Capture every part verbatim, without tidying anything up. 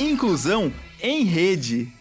Inclusão em Rede.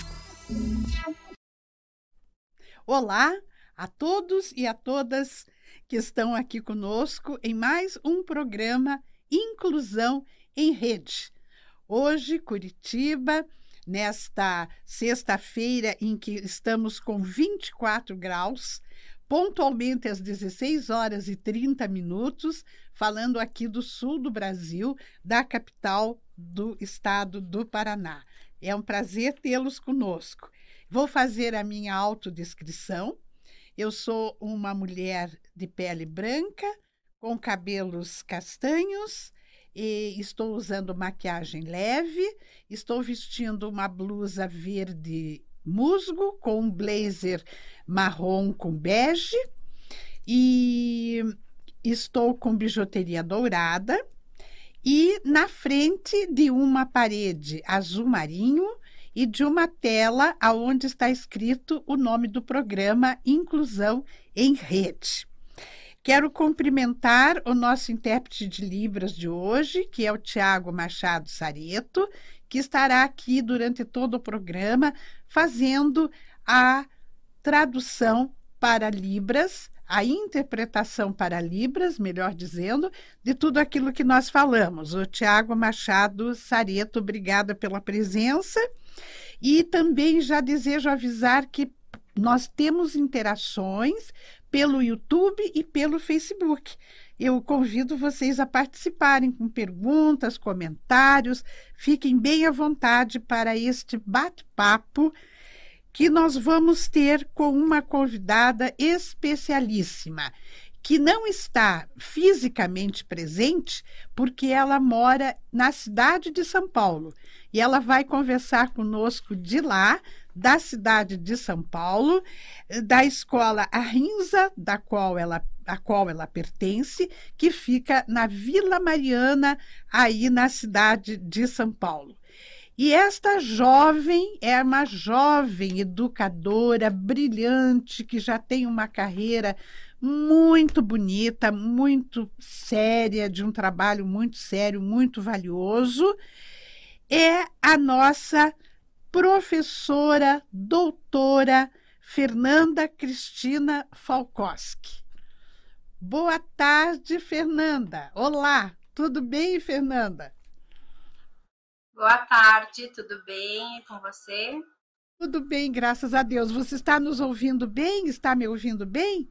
Olá a todos e a todas que estão aqui conosco em mais um programa Inclusão em Rede. Hoje, Curitiba, nesta sexta-feira em que estamos com vinte e quatro graus, pontualmente às dezesseis horas e trinta minutos, falando aqui do sul do Brasil, da capital do estado do Paraná. É um prazer tê-los conosco. Vou fazer a minha autodescrição. Eu sou uma mulher de pele branca, com cabelos castanhos, e estou usando maquiagem leve, estou vestindo uma blusa verde musgo com um blazer marrom com bege e estou com bijuteria dourada e na frente de uma parede azul marinho e de uma tela onde está escrito o nome do programa Inclusão em Rede. Quero cumprimentar o nosso intérprete de Libras de hoje, que é o Tiago Machado Sareto, que estará aqui durante todo o programa fazendo a tradução para Libras, a interpretação para Libras, melhor dizendo, de tudo aquilo que nós falamos. O Tiago Machado Sareto, obrigada pela presença. E também já desejo avisar que nós temos interações pelo YouTube e pelo Facebook. Eu convido vocês a participarem com perguntas, comentários. Fiquem bem à vontade para este bate-papo que nós vamos ter com uma convidada especialíssima, que não está fisicamente presente porque ela mora na cidade de São Paulo. E ela vai conversar conosco de lá, da cidade de São Paulo, da escola Arrinza, da qual ela, a qual ela pertence, que fica na Vila Mariana, aí na cidade de São Paulo. E esta jovem é uma jovem educadora brilhante, que já tem uma carreira muito bonita, muito séria, de um trabalho muito sério, muito valioso. É a nossa professora, doutora Fernanda Cristina Falkowski. Boa tarde, Fernanda. Olá, tudo bem, Fernanda? Boa tarde, tudo bem com você? Tudo bem, graças a Deus. Você está nos ouvindo bem? Está me ouvindo bem?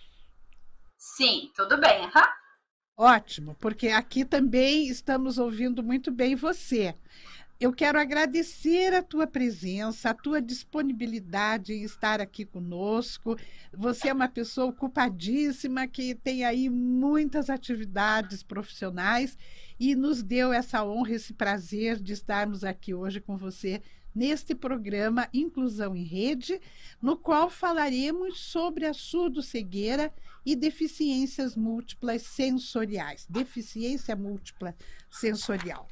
Sim, tudo bem. Uhum. Ótimo, porque aqui também estamos ouvindo muito bem você. Eu quero agradecer a tua presença, a tua disponibilidade em estar aqui conosco. Você é uma pessoa ocupadíssima que tem aí muitas atividades profissionais e nos deu essa honra, esse prazer de estarmos aqui hoje com você neste programa Inclusão em Rede, no qual falaremos sobre a surdo-cegueira e deficiências múltiplas sensoriais, deficiência múltipla sensorial.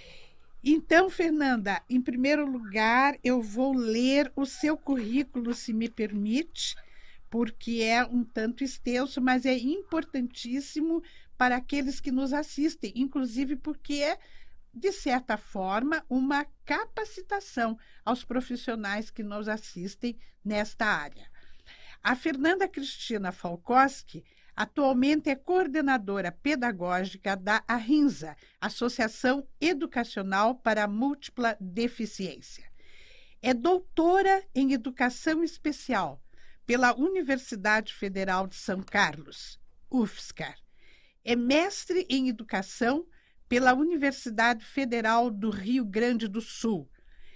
Então, Fernanda, em primeiro lugar, eu vou ler o seu currículo, se me permite, porque é um tanto extenso, mas é importantíssimo para aqueles que nos assistem, inclusive porque é, de certa forma, uma capacitação aos profissionais que nos assistem nesta área. A Fernanda Cristina Falkowski atualmente é coordenadora pedagógica da Arrinza, Associação Educacional para a Múltipla Deficiência. É doutora em Educação Especial pela Universidade Federal de São Carlos, U F S C ar. É mestre em Educação pela Universidade Federal do Rio Grande do Sul.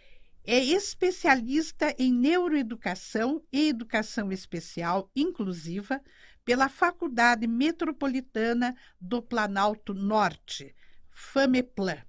É especialista em Neuroeducação e Educação Especial Inclusiva pela Faculdade Metropolitana do Planalto Norte, FAMEPLAN.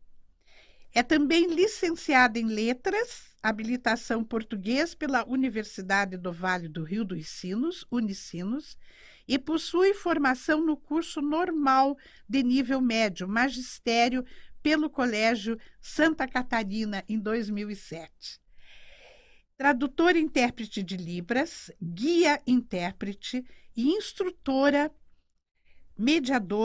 É também licenciada em Letras, habilitação português pela Universidade do Vale do Rio dos Sinos, Unicinos, e possui formação no curso normal de nível médio, magistério, pelo Colégio Santa Catarina, em dois mil e sete. Tradutora e intérprete de Libras, guia intérprete e instrutora mediadora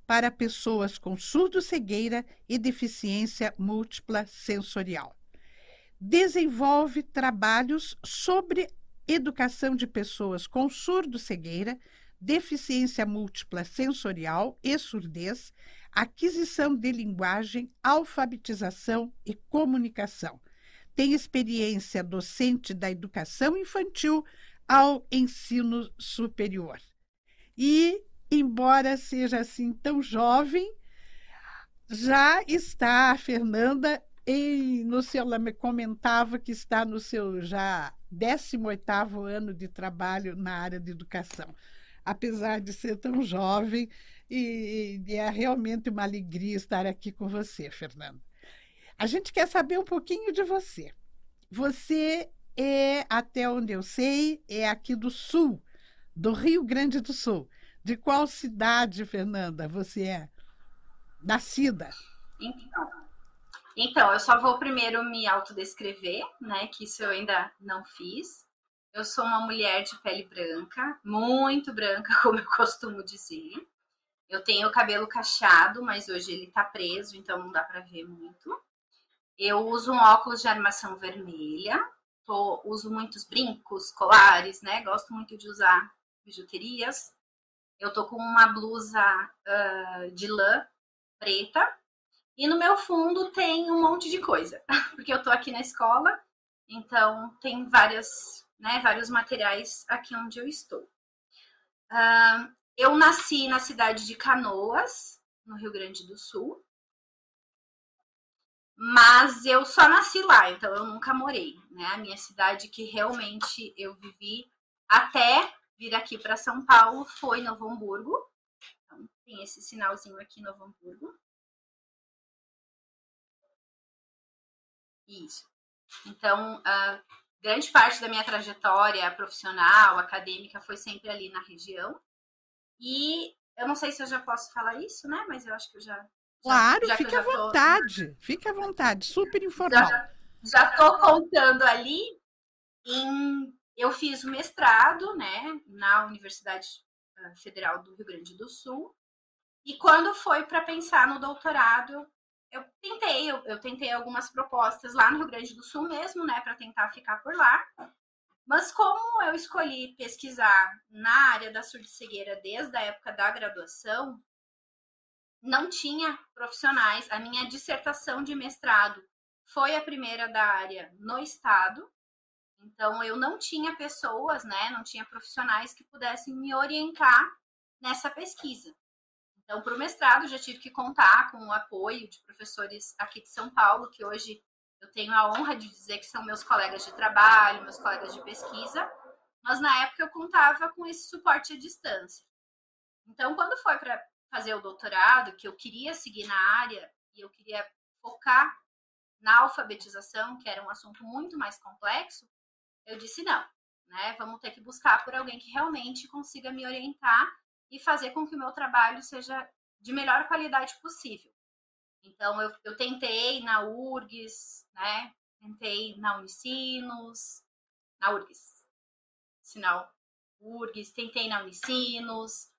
para pessoas com surdo-cegueira e deficiência múltipla sensorial. Desenvolve trabalhos sobre educação de pessoas com surdo-cegueira, deficiência múltipla sensorial e surdez, aquisição de linguagem, alfabetização e comunicação. Tem experiência docente da educação infantil ao ensino superior. E, embora seja assim tão jovem, já está a Fernanda, em, no seu, ela me comentava que está no seu já décimo oitavo ano de trabalho na área de educação. Apesar de ser tão jovem, e, e é realmente uma alegria estar aqui com você, Fernanda. A gente quer saber um pouquinho de você. Você é, até onde eu sei, é aqui do Sul, do Rio Grande do Sul. De qual cidade, Fernanda, você é nascida? Então, então, eu só vou primeiro me autodescrever, né? Que isso eu ainda não fiz. Eu sou uma mulher de pele branca, muito branca, como eu costumo dizer. Eu tenho o cabelo cacheado, mas hoje ele tá preso, então não dá para ver muito. Eu uso um óculos de armação vermelha, tô, uso muitos brincos, colares, né? Gosto muito de usar bijuterias. Eu tô com uma blusa uh, de lã preta. E no meu fundo tem um monte de coisa, porque eu tô aqui na escola, então tem várias, né, vários materiais aqui onde eu estou. Uh, eu nasci na cidade de Canoas, no Rio Grande do Sul, mas eu só nasci lá, então eu nunca morei, né? A minha cidade que realmente eu vivi até vir aqui para São Paulo foi Novo Hamburgo. Então, tem esse sinalzinho aqui, Novo Hamburgo. Isso. Então, uh, grande parte da minha trajetória profissional, acadêmica, foi sempre ali na região. E eu não sei se eu já posso falar isso, né? Mas eu acho que eu já... Claro, já, já fique à vontade. Tô... Fique à vontade, super informal. Já estou contando ali. Em, eu fiz o mestrado, né? Na Universidade Federal do Rio Grande do Sul. E quando foi para pensar no doutorado... Eu tentei, eu, eu tentei algumas propostas lá no Rio Grande do Sul mesmo, né, para tentar ficar por lá. Mas como eu escolhi pesquisar na área da surdo-cegueira desde a época da graduação, não tinha profissionais. A minha dissertação de mestrado foi a primeira da área no estado. Então, eu não tinha pessoas, né, não tinha profissionais que pudessem me orientar nessa pesquisa. Então, para o mestrado, já tive que contar com o apoio de professores aqui de São Paulo, que hoje eu tenho a honra de dizer que são meus colegas de trabalho, meus colegas de pesquisa, mas na época eu contava com esse suporte à distância. Então, quando foi para fazer o doutorado, que eu queria seguir na área e eu queria focar na alfabetização, que era um assunto muito mais complexo, eu disse não, né? Vamos ter que buscar por alguém que realmente consiga me orientar e fazer com que o meu trabalho seja de melhor qualidade possível. Então, eu, eu tentei na U R G S, né? Tentei na Unicinos, na U R G S, sinal U R G S, tentei na Unicinos,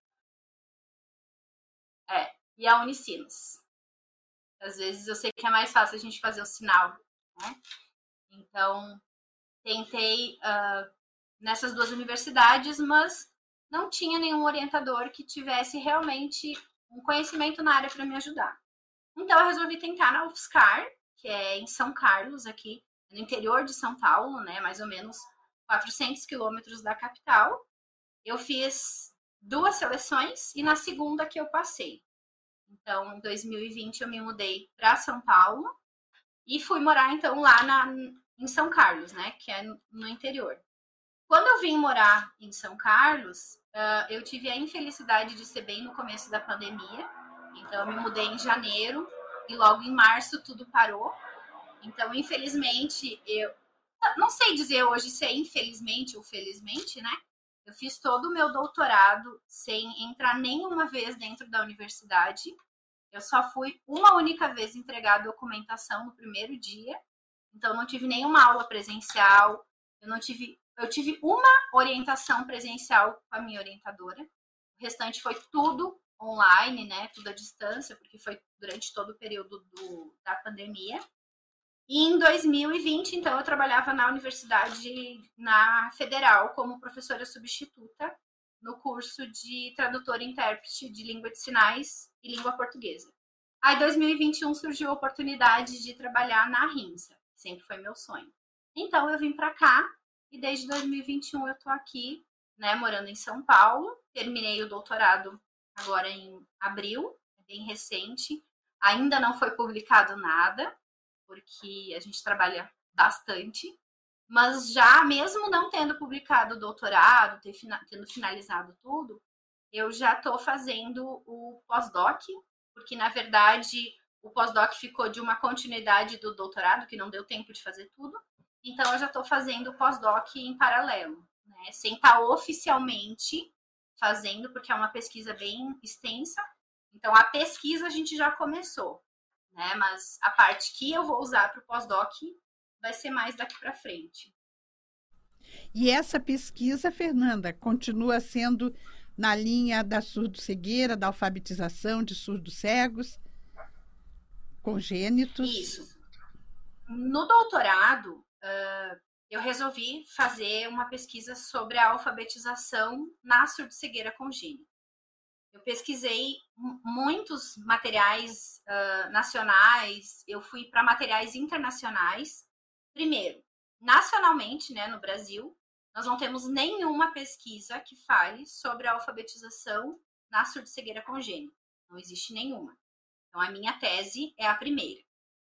é, e a Unicinos. Às vezes eu sei que é mais fácil a gente fazer o sinal, né? Então, tentei uh, nessas duas universidades, mas não tinha nenhum orientador que tivesse realmente um conhecimento na área para me ajudar. Então, eu resolvi tentar na UFSCar, que é em São Carlos, aqui no interior de São Paulo, né, mais ou menos quatrocentos quilômetros da capital. Eu fiz duas seleções e na segunda que eu passei. Então, em dois mil e vinte, eu me mudei para São Paulo e fui morar, então, lá na, em São Carlos, né, que é no interior. Quando eu vim morar em São Carlos, uh, eu tive a infelicidade de ser bem no começo da pandemia. Então, eu me mudei em janeiro e logo em março tudo parou. Então, infelizmente, eu não sei dizer hoje se é infelizmente ou felizmente, né? Eu fiz todo o meu doutorado sem entrar nenhuma vez dentro da universidade. Eu só fui uma única vez entregar a documentação no primeiro dia. Então, não tive nenhuma aula presencial. Eu não tive... Eu tive uma orientação presencial com a minha orientadora. O restante foi tudo online, né? Tudo à distância, porque foi durante todo o período do, da pandemia. E em dois mil e vinte, então, eu trabalhava na universidade, na Federal, como professora substituta no curso de tradutor e intérprete de língua de sinais e língua portuguesa. Aí, em dois mil e vinte e um, surgiu a oportunidade de trabalhar na Rinsa, sempre foi meu sonho. Então, eu vim para cá e desde dois mil e vinte e um eu estou aqui, né, morando em São Paulo. Terminei o doutorado agora em abril, bem recente. Ainda não foi publicado nada, porque a gente trabalha bastante. Mas já, mesmo não tendo publicado o doutorado, tendo finalizado tudo, eu já estou fazendo o pós-doc, porque, na verdade, o pós-doc ficou de uma continuidade do doutorado, que não deu tempo de fazer tudo. Então, eu já estou fazendo o pós-doc em paralelo, né? Sem estar oficialmente fazendo, porque é uma pesquisa bem extensa. Então, a pesquisa a gente já começou, né? Mas a parte que eu vou usar para o pós-doc vai ser mais daqui para frente. E essa pesquisa, Fernanda, continua sendo na linha da surdo-cegueira, da alfabetização de surdos cegos, congênitos? Isso. No doutorado, uh, eu resolvi fazer uma pesquisa sobre a alfabetização na surdo-cegueira congênita. Eu pesquisei muitos materiais uh, nacionais, eu fui para materiais internacionais. Primeiro, nacionalmente, né, no Brasil, nós não temos nenhuma pesquisa que fale sobre a alfabetização na surdo-cegueira congênita. Não existe nenhuma. Então, a minha tese é a primeira.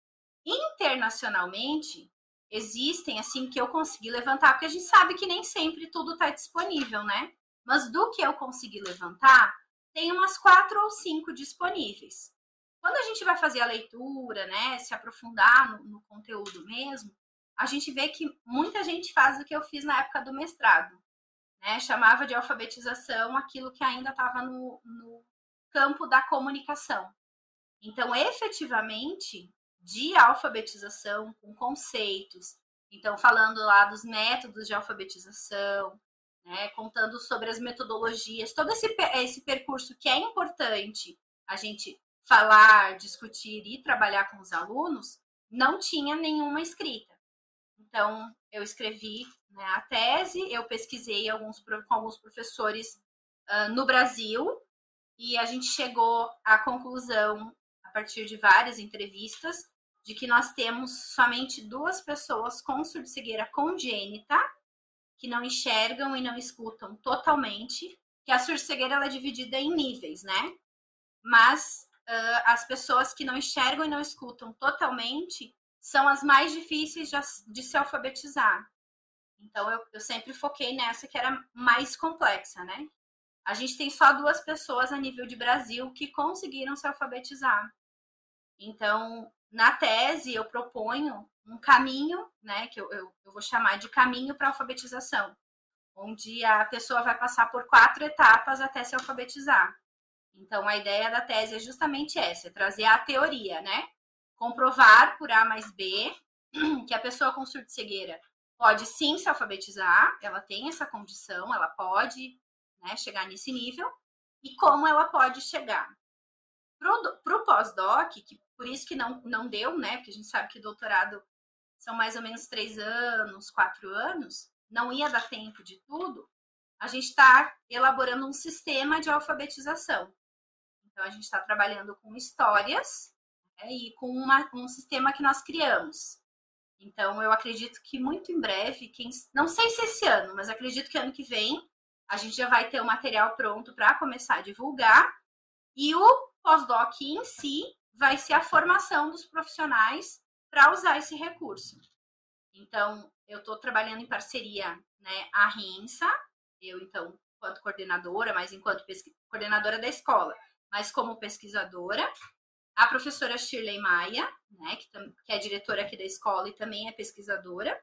Internacionalmente, existem, assim, que eu consegui levantar, porque a gente sabe que nem sempre tudo está disponível, né? Mas do que eu consegui levantar, tem umas quatro ou cinco disponíveis. Quando a gente vai fazer a leitura, né, se aprofundar no, no conteúdo mesmo, a gente vê que muita gente faz o que eu fiz na época do mestrado, né? Chamava de alfabetização aquilo que ainda estava no, no campo da comunicação. Então, efetivamente, de alfabetização com conceitos, então falando lá dos métodos de alfabetização, né, contando sobre as metodologias, todo esse, esse percurso que é importante a gente falar, discutir e trabalhar com os alunos, não tinha nenhuma escrita. Então, eu escrevi, né, a tese, eu pesquisei alguns, com alguns professores uh, no Brasil, e a gente chegou à conclusão, a partir de várias entrevistas, de que nós temos somente duas pessoas com surdo-cegueira congênita, que não enxergam e não escutam totalmente, que a surdo-cegueira ela é dividida em níveis, né? Mas uh, as pessoas que não enxergam e não escutam totalmente são as mais difíceis de, de se alfabetizar. Então, eu, eu sempre foquei nessa que era mais complexa, né? A gente tem só duas pessoas a nível de Brasil que conseguiram se alfabetizar. Então, na tese, eu proponho um caminho, né, que eu, eu, eu vou chamar de caminho para alfabetização, onde a pessoa vai passar por quatro etapas até se alfabetizar. Então, a ideia da tese é justamente essa, é trazer a teoria, né? Comprovar por A mais B que a pessoa com surdo-cegueira pode sim se alfabetizar, ela tem essa condição, ela pode, né, chegar nesse nível, e como ela pode chegar. Para o pós-doc, que por isso que não, não deu, né? Porque a gente sabe que doutorado são mais ou menos três anos, quatro anos, não ia dar tempo de tudo, a gente está elaborando um sistema de alfabetização. Então, a gente está trabalhando com histórias, né, e com uma, um sistema que nós criamos. Então, eu acredito que muito em breve, quem, não sei se esse ano, mas acredito que ano que vem, a gente já vai ter o material pronto para começar a divulgar, e o pós-doc em si vai ser a formação dos profissionais para usar esse recurso. Então, eu estou trabalhando em parceria, né, a Rinsa, eu, então, enquanto coordenadora, mas enquanto pesqui- coordenadora da escola, mas como pesquisadora, a professora Shirley Maia, né, que, tam- que é diretora aqui da escola e também é pesquisadora,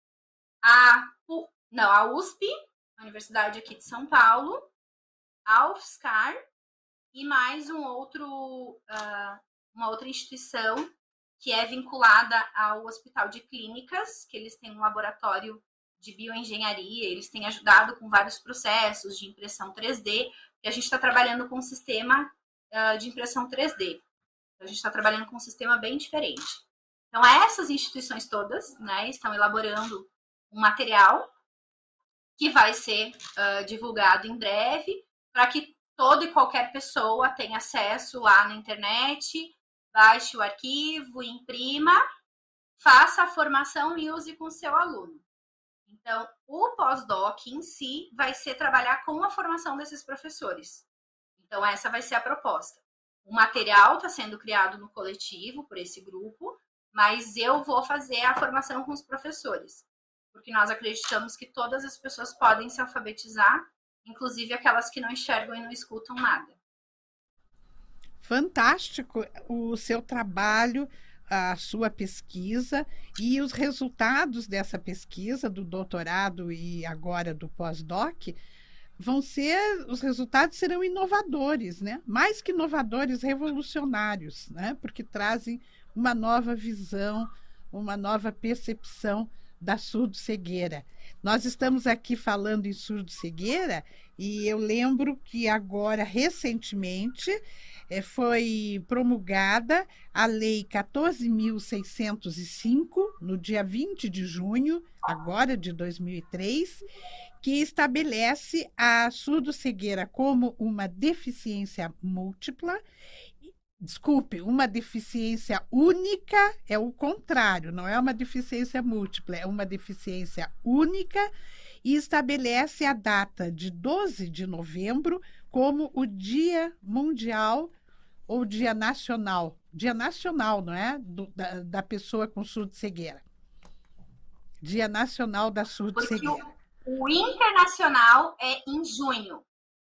a, U- não, a U S P, a Universidade aqui de São Paulo, a UFSCar e mais um outro, uh, uma outra instituição que é vinculada ao Hospital de Clínicas, que eles têm um laboratório de bioengenharia, eles têm ajudado com vários processos de impressão três D, e a gente está trabalhando com um sistema uh, de impressão três D. A gente está trabalhando com um sistema bem diferente. Então, essas instituições todas, né, estão elaborando um material que vai ser uh, divulgado em breve, para que toda e qualquer pessoa tenha acesso lá na internet, baixe o arquivo, imprima, faça a formação e use com o seu aluno. Então, o pós-doc em si vai ser trabalhar com a formação desses professores. Então, essa vai ser a proposta. O material está sendo criado no coletivo, por esse grupo, mas eu vou fazer a formação com os professores, porque nós acreditamos que todas as pessoas podem se alfabetizar, inclusive aquelas que não enxergam e não escutam nada. Fantástico o seu trabalho, a sua pesquisa e os resultados dessa pesquisa, do doutorado e agora do pós-doc, vão ser, os resultados serão inovadores, né? Mais que inovadores, revolucionários, né? Porque trazem uma nova visão, uma nova percepção da surdo-cegueira. Nós estamos aqui falando em surdo-cegueira e eu lembro que agora, recentemente, eh, foi promulgada a Lei quatorze mil seiscentos e cinco, no dia vinte de junho, agora de dois mil e três, que estabelece a surdo-cegueira como uma deficiência múltipla. Desculpe, uma deficiência única é o contrário, não é uma deficiência múltipla, é uma deficiência única, e estabelece a data de doze de novembro como o Dia Mundial ou Dia Nacional, Dia Nacional, não é? Do, da, da pessoa com surdo-cegueira. Dia Nacional da surdo-cegueira. O internacional é em junho.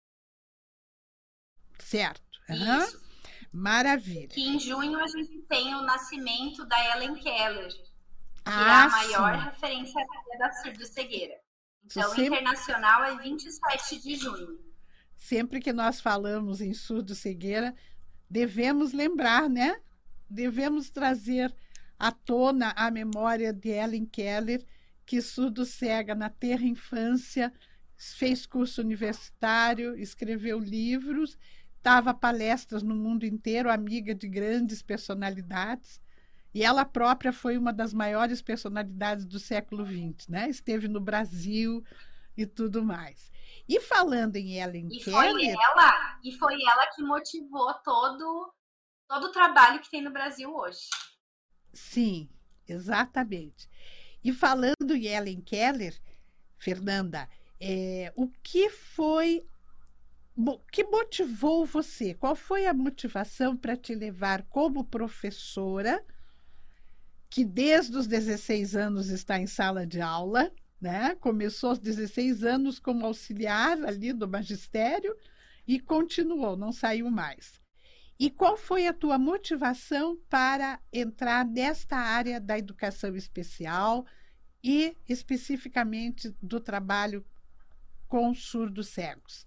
Certo. Uhum. Isso. Maravilha. Que em junho a gente tem o nascimento da Ellen Keller, que ah, é a maior sim. referência da surdo-cegueira. Então, sempre... o internacional é vinte e sete de junho. Sempre que nós falamos em surdo-cegueira, devemos lembrar, né? Devemos trazer à tona a memória de Ellen Keller, que surdo-cega na terra infância, fez curso universitário, escreveu livros, dava palestras no mundo inteiro, amiga de grandes personalidades, e ela própria foi uma das maiores personalidades do século vinte, né? Esteve no Brasil e tudo mais. E falando em Ellen e Keller... Foi ela, e foi ela que motivou todo, todo o trabalho que tem no Brasil hoje. Sim, exatamente. E falando em Ellen Keller, Fernanda, é, o que foi, o que motivou você? Qual foi a motivação para te levar como professora, que desde os dezesseis anos está em sala de aula, né? Começou aos dezesseis anos como auxiliar ali do magistério e continuou, não saiu mais. E qual foi a tua motivação para entrar nesta área da educação especial e especificamente do trabalho com surdos cegos?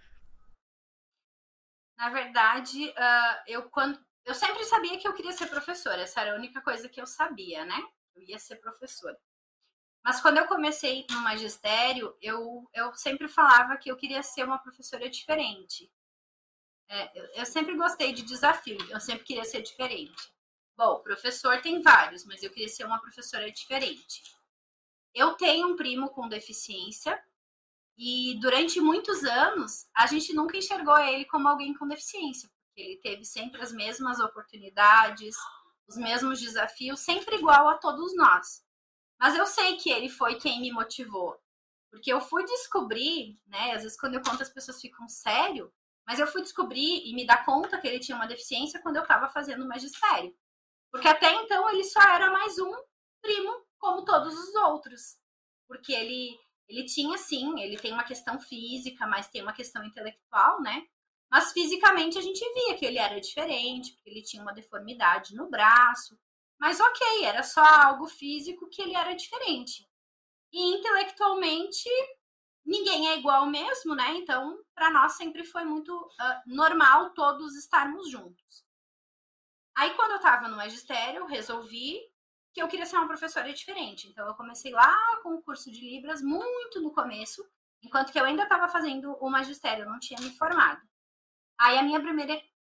Na verdade, uh, eu, quando, eu sempre sabia que eu queria ser professora. Essa era a única coisa que eu sabia, né? Eu ia ser professora. Mas quando eu comecei no magistério, eu, eu sempre falava que eu queria ser uma professora diferente. É, eu, eu sempre gostei de desafio, eu sempre queria ser diferente. Bom, professor tem vários, mas eu queria ser uma professora diferente. Eu tenho um primo com deficiência e durante muitos anos a gente nunca enxergou ele como alguém com deficiência, porque ele teve sempre as mesmas oportunidades, os mesmos desafios, sempre igual a todos nós. Mas eu sei que ele foi quem me motivou, porque eu fui descobrir, né, às vezes quando eu conto as pessoas ficam sério, mas eu fui descobrir e me dar conta que ele tinha uma deficiência quando eu estava fazendo magistério. Porque até então ele só era mais um primo, como todos os outros. Porque ele, ele tinha, sim, ele tem uma questão física, mas tem uma questão intelectual, né? Mas fisicamente a gente via que ele era diferente, porque ele tinha uma deformidade no braço. Mas ok, era só algo físico que ele era diferente. E intelectualmente... ninguém é igual mesmo, né? Então, para nós sempre foi muito uh, normal todos estarmos juntos. Aí, quando eu estava no magistério, eu resolvi que eu queria ser uma professora diferente. Então, eu comecei lá com o curso de Libras, muito no começo, enquanto que eu ainda estava fazendo o magistério, eu não tinha me formado. Aí, a minha primeira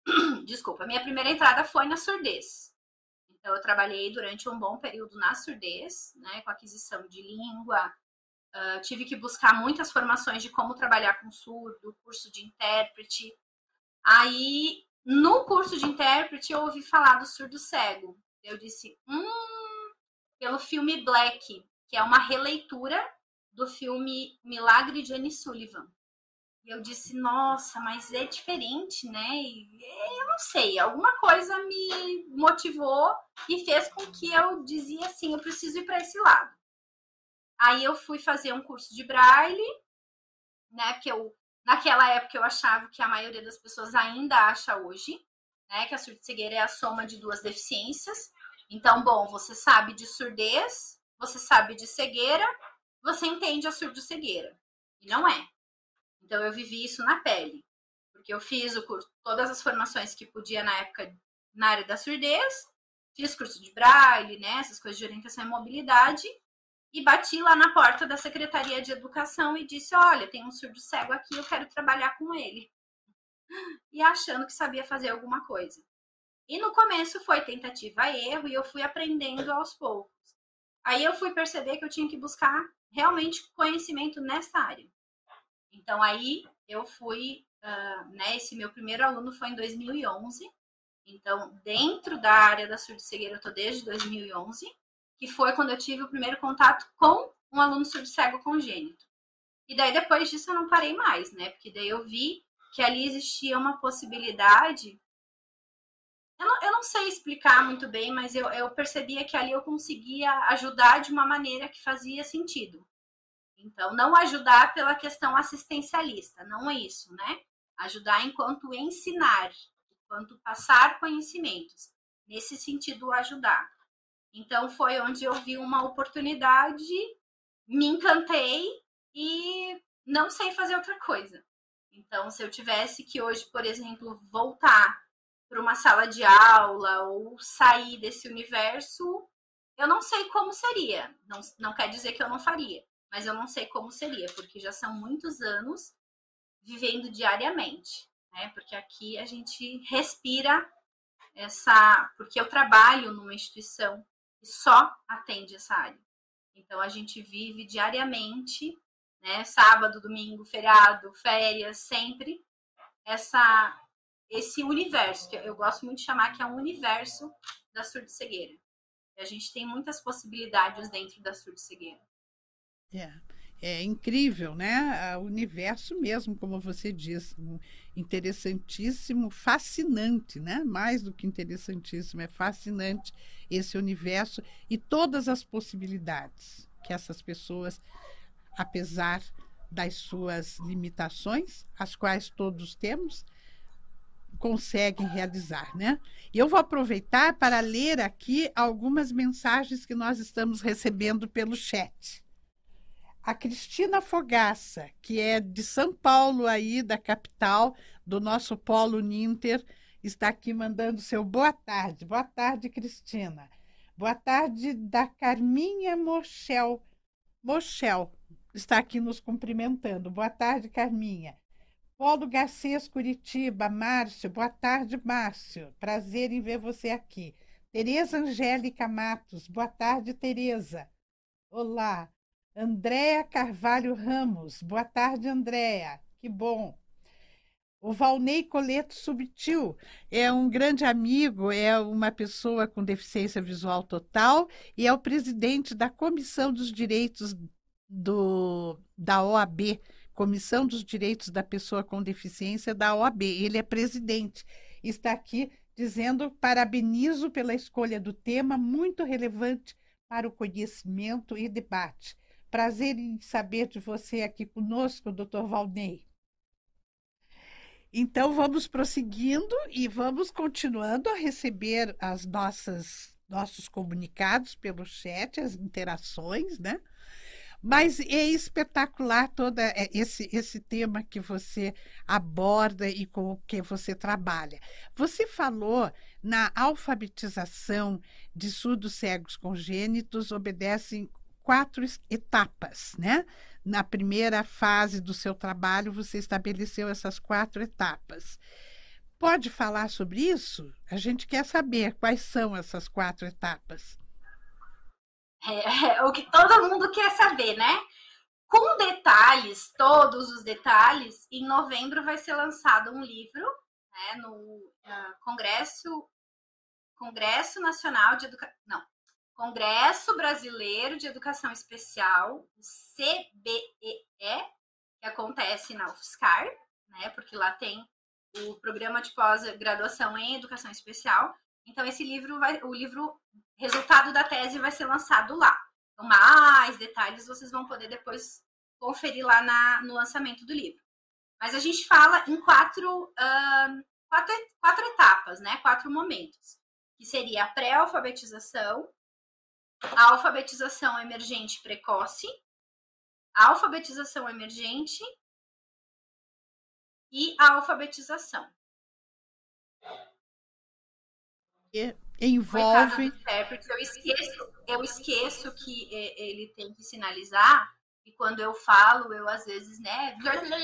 Desculpa, minha primeira entrada foi na surdez. Então, eu trabalhei durante um bom período na surdez, né, com aquisição de língua. Uh, tive que buscar muitas formações de como trabalhar com surdo, curso de intérprete. Aí, no curso de intérprete, eu ouvi falar do surdo cego. Eu disse, hum, pelo filme Black, que é uma releitura do filme Milagre de Annie Sullivan. E eu disse, nossa, mas é diferente, né? E eu não sei, alguma coisa me motivou e fez com que eu dizia assim, eu preciso ir para esse lado. Aí eu fui fazer um curso de braille, né? Porque eu, naquela época eu achava que a maioria das pessoas ainda acha hoje, né? Que a surdo-cegueira é a soma de duas deficiências. Então, bom, você sabe de surdez, você sabe de cegueira, você entende a surdo-cegueira. E não é. Então, eu vivi isso na pele, porque eu fiz o curso, todas as formações que podia na época na área da surdez, fiz curso de braille, né, essas coisas de orientação e mobilidade, e bati lá na porta da Secretaria de Educação e disse, olha, tem um surdo cego aqui, eu quero trabalhar com ele. E achando que sabia fazer alguma coisa. E no começo foi tentativa e erro, e eu fui aprendendo aos poucos. Aí eu fui perceber que eu tinha que buscar realmente conhecimento nessa área. Então, aí eu fui, uh, né, esse meu primeiro aluno foi em dois mil e onze. Então, dentro da área da surdo-cegueira, eu estou desde dois mil e onze, que foi quando eu tive o primeiro contato com um aluno surdo-cego congênito. E daí, depois disso, eu não parei mais, né? Porque daí eu vi que ali existia uma possibilidade. Eu não, eu não sei explicar muito bem, mas eu, eu percebia que ali eu conseguia ajudar de uma maneira que fazia sentido. Então, não ajudar pela questão assistencialista, não é isso, né? Ajudar enquanto ensinar, enquanto passar conhecimentos. Nesse sentido, ajudar. Então, foi onde eu vi uma oportunidade, me encantei e não sei fazer outra coisa. Então, se eu tivesse que hoje, por exemplo, voltar para uma sala de aula ou sair desse universo, eu não sei como seria. Não, não quer dizer que eu não faria. Mas eu não sei como seria, porque já são muitos anos vivendo diariamente, né? Porque aqui a gente respira essa... Porque eu trabalho numa instituição que só atende essa área. Então, a gente vive diariamente, né? Sábado, domingo, feriado, férias, sempre essa, esse universo, que eu gosto muito de chamar que é um universo da surdo-cegueira. A gente tem muitas possibilidades dentro da surdo-cegueira. É, é incrível, né? O universo mesmo, como você diz, interessantíssimo, fascinante, né? Mais do que interessantíssimo, é fascinante esse universo e todas as possibilidades que essas pessoas, apesar das suas limitações, as quais todos temos, conseguem realizar, né? E eu vou aproveitar para ler aqui algumas mensagens que nós estamos recebendo pelo chat. A Cristina Fogaça, que é de São Paulo, aí da capital, do nosso Polo Ninter, está aqui mandando seu boa tarde. Boa tarde, Cristina. Boa tarde da Carminha Mochel. Mochel está aqui nos cumprimentando. Boa tarde, Carminha. Paulo Garcês, Curitiba. Márcio, boa tarde, Márcio. Prazer em ver você aqui. Tereza Angélica Matos. Boa tarde, Tereza. Olá. Andréa Carvalho Ramos. Boa tarde, Andréa. Que bom. O Valnei Coleto Subtil é um grande amigo, é uma pessoa com deficiência visual total e é o presidente da Comissão dos Direitos do, da O A B, Comissão dos Direitos da Pessoa com Deficiência da O A B. Ele é presidente. Está aqui dizendo: parabenizo pela escolha do tema, muito relevante para o conhecimento e debate. Prazer em saber de você aqui conosco, doutor Valnei. Então, vamos prosseguindo e vamos continuando a receber as nossas, nossos comunicados pelo chat, as interações, né? Mas é espetacular todo esse, esse tema que você aborda e com o que você trabalha. Você falou na alfabetização de surdos cegos congênitos, obedecem quatro etapas, né? Na primeira fase do seu trabalho, você estabeleceu essas quatro etapas. pode falar sobre isso? A gente quer saber quais são essas quatro etapas. É, é o que todo mundo quer saber, né? Com detalhes, todos os detalhes, em novembro vai ser lançado um livro, né, no uh, Congresso, Congresso Nacional de Educação, não, Congresso Brasileiro de Educação Especial, o C B E E, que acontece na UFSCar, né, porque lá tem o programa de pós-graduação em Educação Especial. Então, esse livro, vai, o livro, resultado da tese vai ser lançado lá. Então, mais detalhes vocês vão poder depois conferir lá na, no lançamento do livro. Mas a gente fala em quatro, uh, quatro, quatro etapas, né? Quatro momentos. Que seria a pré-alfabetização, a alfabetização emergente precoce, a alfabetização emergente e a alfabetização. E envolve... intérprete, eu esqueço, eu esqueço que ele tem que sinalizar, e quando eu falo, eu às vezes, né...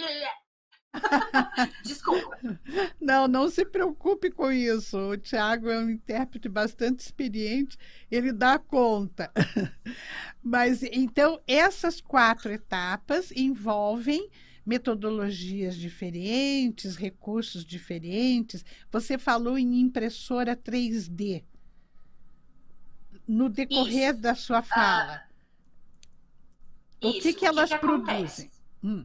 Desculpa. Não, não se preocupe com isso. O Tiago é um intérprete bastante experiente, ele dá conta. Mas, então, essas quatro etapas envolvem metodologias diferentes, recursos diferentes. Você falou em impressora três D. No decorrer isso. da sua fala, uh, o que, isso, que elas que que produzem? Hum.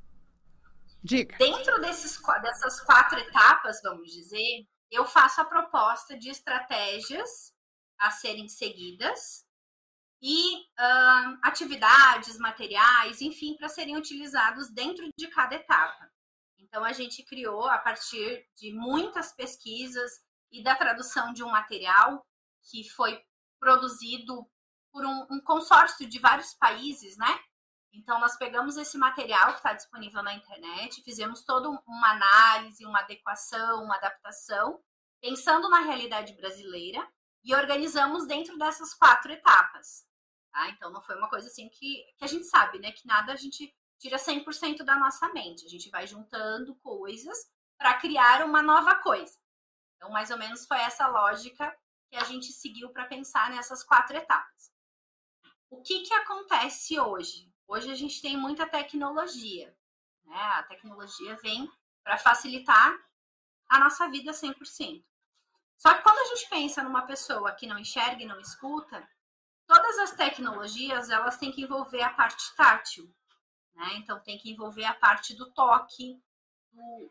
Diga. Dentro desses, dessas quatro etapas, vamos dizer, eu faço a proposta de estratégias a serem seguidas e uh, atividades, materiais, enfim, para serem utilizados dentro de cada etapa. Então, a gente criou, a partir de muitas pesquisas e da tradução de um material que foi produzido por um, um consórcio de vários países, né? Então, nós pegamos esse material que está disponível na internet, fizemos toda uma análise, uma adequação, uma adaptação, pensando na realidade brasileira, e organizamos dentro dessas quatro etapas. Tá? Então, não foi uma coisa assim que, que a gente sabe, né? Que nada a gente tira cem por cento da nossa mente. A gente vai juntando coisas para criar uma nova coisa. Então, mais ou menos foi essa lógica que a gente seguiu para pensar nessas quatro etapas. O que, que acontece hoje? Hoje a gente tem muita tecnologia, né? A tecnologia vem para facilitar a nossa vida cem por cento. Só que quando a gente pensa numa pessoa que não enxerga e não escuta, todas as tecnologias, elas têm que envolver a parte tátil, né? Então, tem que envolver a parte do toque, do...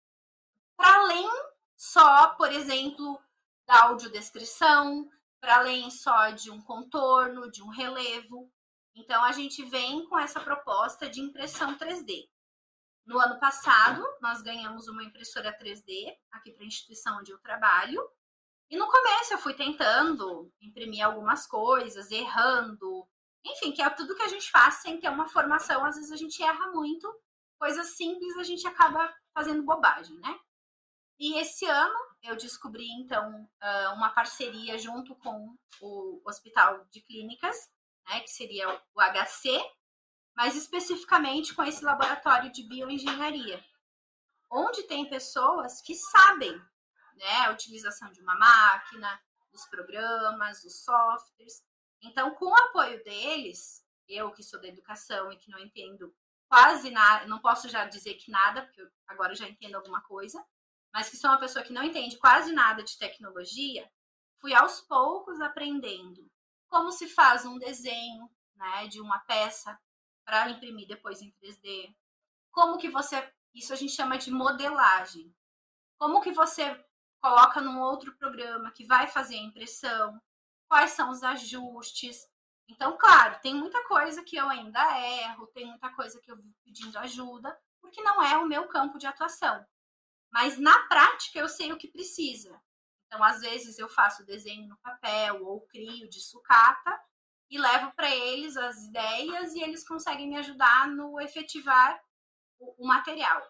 para além só, por exemplo, da audiodescrição, para além só de um contorno, de um relevo. Então, a gente vem com essa proposta de impressão três D. No ano passado, nós ganhamos uma impressora três D aqui para a instituição onde eu trabalho. E no começo eu fui tentando imprimir algumas coisas, errando. Enfim, que é tudo que a gente faz sem ter uma formação. Às vezes a gente erra muito. Coisas simples a gente acaba fazendo bobagem, né? E esse ano eu descobri, então, uma parceria junto com o Hospital de Clínicas, né, que seria o H C, mas especificamente com esse laboratório de bioengenharia, onde tem pessoas que sabem, né, a utilização de uma máquina, dos programas, dos softwares. Então, com o apoio deles, eu que sou da educação e que não entendo quase nada, não posso já dizer que nada, porque eu agora já entendo alguma coisa, mas que sou uma pessoa que não entende quase nada de tecnologia, fui aos poucos aprendendo como se faz um desenho, né, de uma peça para imprimir depois em três D. Como que você... Isso a gente chama de modelagem. Como que você coloca num outro programa que vai fazer a impressão? Quais são os ajustes? Então, claro, tem muita coisa que eu ainda erro, tem muita coisa que eu vou pedindo ajuda, porque não é o meu campo de atuação. Mas, na prática, eu sei o que precisa. Então, às vezes, eu faço desenho no papel ou crio de sucata e levo para eles as ideias e eles conseguem me ajudar no efetivar o, o material.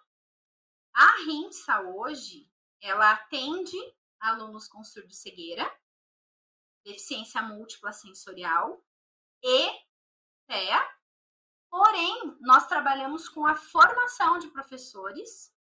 A Rinsa, hoje, ela atende alunos com surdo-cegueira, deficiência múltipla sensorial e T E A. Porém, nós trabalhamos com a formação de professores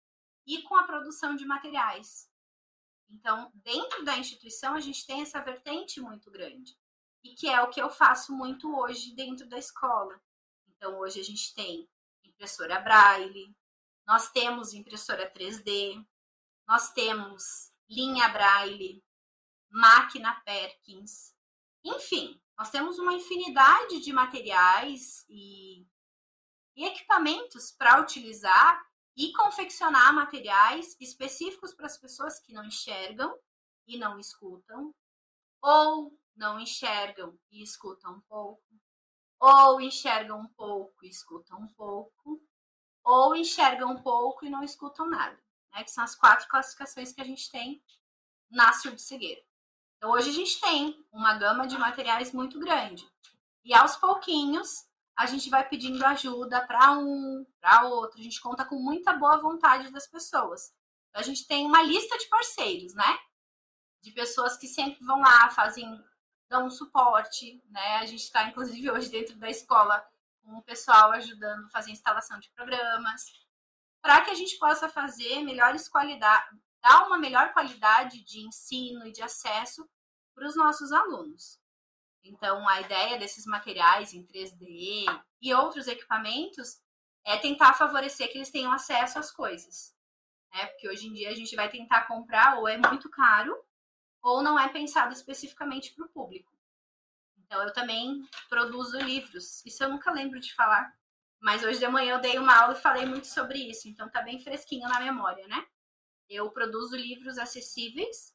e com a produção de materiais. Então, dentro da instituição, a gente tem essa vertente muito grande, e que é o que eu faço muito hoje dentro da escola. Então, hoje a gente tem impressora Braille, nós temos impressora três D, nós temos linha Braille, máquina Perkins, enfim, nós temos uma infinidade de materiais e, e equipamentos para utilizar e confeccionar materiais específicos para as pessoas que não enxergam e não escutam, ou não enxergam e escutam um pouco, ou enxergam um pouco e escutam um pouco, ou enxergam um pouco e não escutam nada, né? Que são as quatro classificações que a gente tem na surdo-cegueira. Então, hoje a gente tem uma gama de materiais muito grande. E aos pouquinhos, a gente vai pedindo ajuda para um, para outro. A gente conta com muita boa vontade das pessoas. Então, a gente tem uma lista de parceiros, né? De pessoas que sempre vão lá, fazem, dão um suporte, né? A gente está, inclusive, hoje dentro da escola com o pessoal ajudando a fazer instalação de programas, para que a gente possa fazer melhores qualidades, dar uma melhor qualidade de ensino e de acesso para os nossos alunos. Então, a ideia desses materiais em três D e outros equipamentos é tentar favorecer que eles tenham acesso às coisas, né? Porque hoje em dia a gente vai tentar comprar ou é muito caro ou não é pensado especificamente para o público. Então, eu também produzo livros. Isso eu nunca lembro de falar, mas hoje de manhã eu dei uma aula e falei muito sobre isso, então tá bem fresquinho na memória, né? Eu produzo livros acessíveis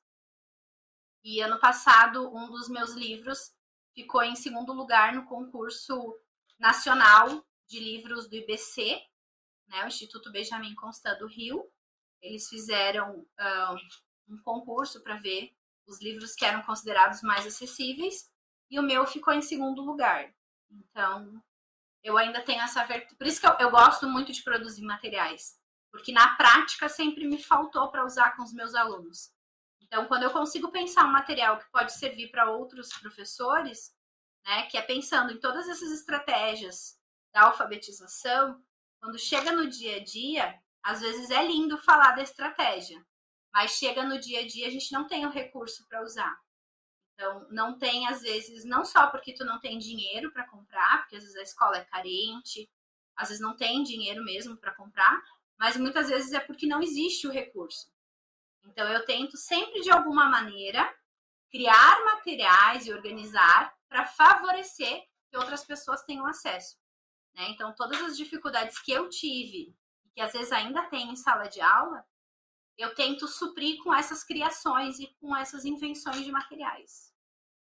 e ano passado um dos meus livros ficou em segundo lugar no concurso nacional de livros do I B C, né, o Instituto Benjamin Constant do Rio. Eles fizeram um, um concurso para ver os livros que eram considerados mais acessíveis e o meu ficou em segundo lugar. Então, eu ainda tenho essa vertente. Por isso que eu, eu gosto muito de produzir materiais, porque na prática sempre me faltou para usar com os meus alunos. Então, quando eu consigo pensar um material que pode servir para outros professores, né, que é pensando em todas essas estratégias da alfabetização, quando chega no dia a dia, às vezes é lindo falar da estratégia, mas chega no dia a dia a gente não tem o recurso para usar. Então, não tem, às vezes, não só porque tu não tem dinheiro para comprar, porque às vezes a escola é carente, às vezes não tem dinheiro mesmo para comprar, mas muitas vezes é porque não existe o recurso. Então, eu tento sempre, de alguma maneira, criar materiais e organizar para favorecer que outras pessoas tenham acesso, né? Então, todas as dificuldades que eu tive, e que às vezes ainda tem em sala de aula, eu tento suprir com essas criações e com essas invenções de materiais.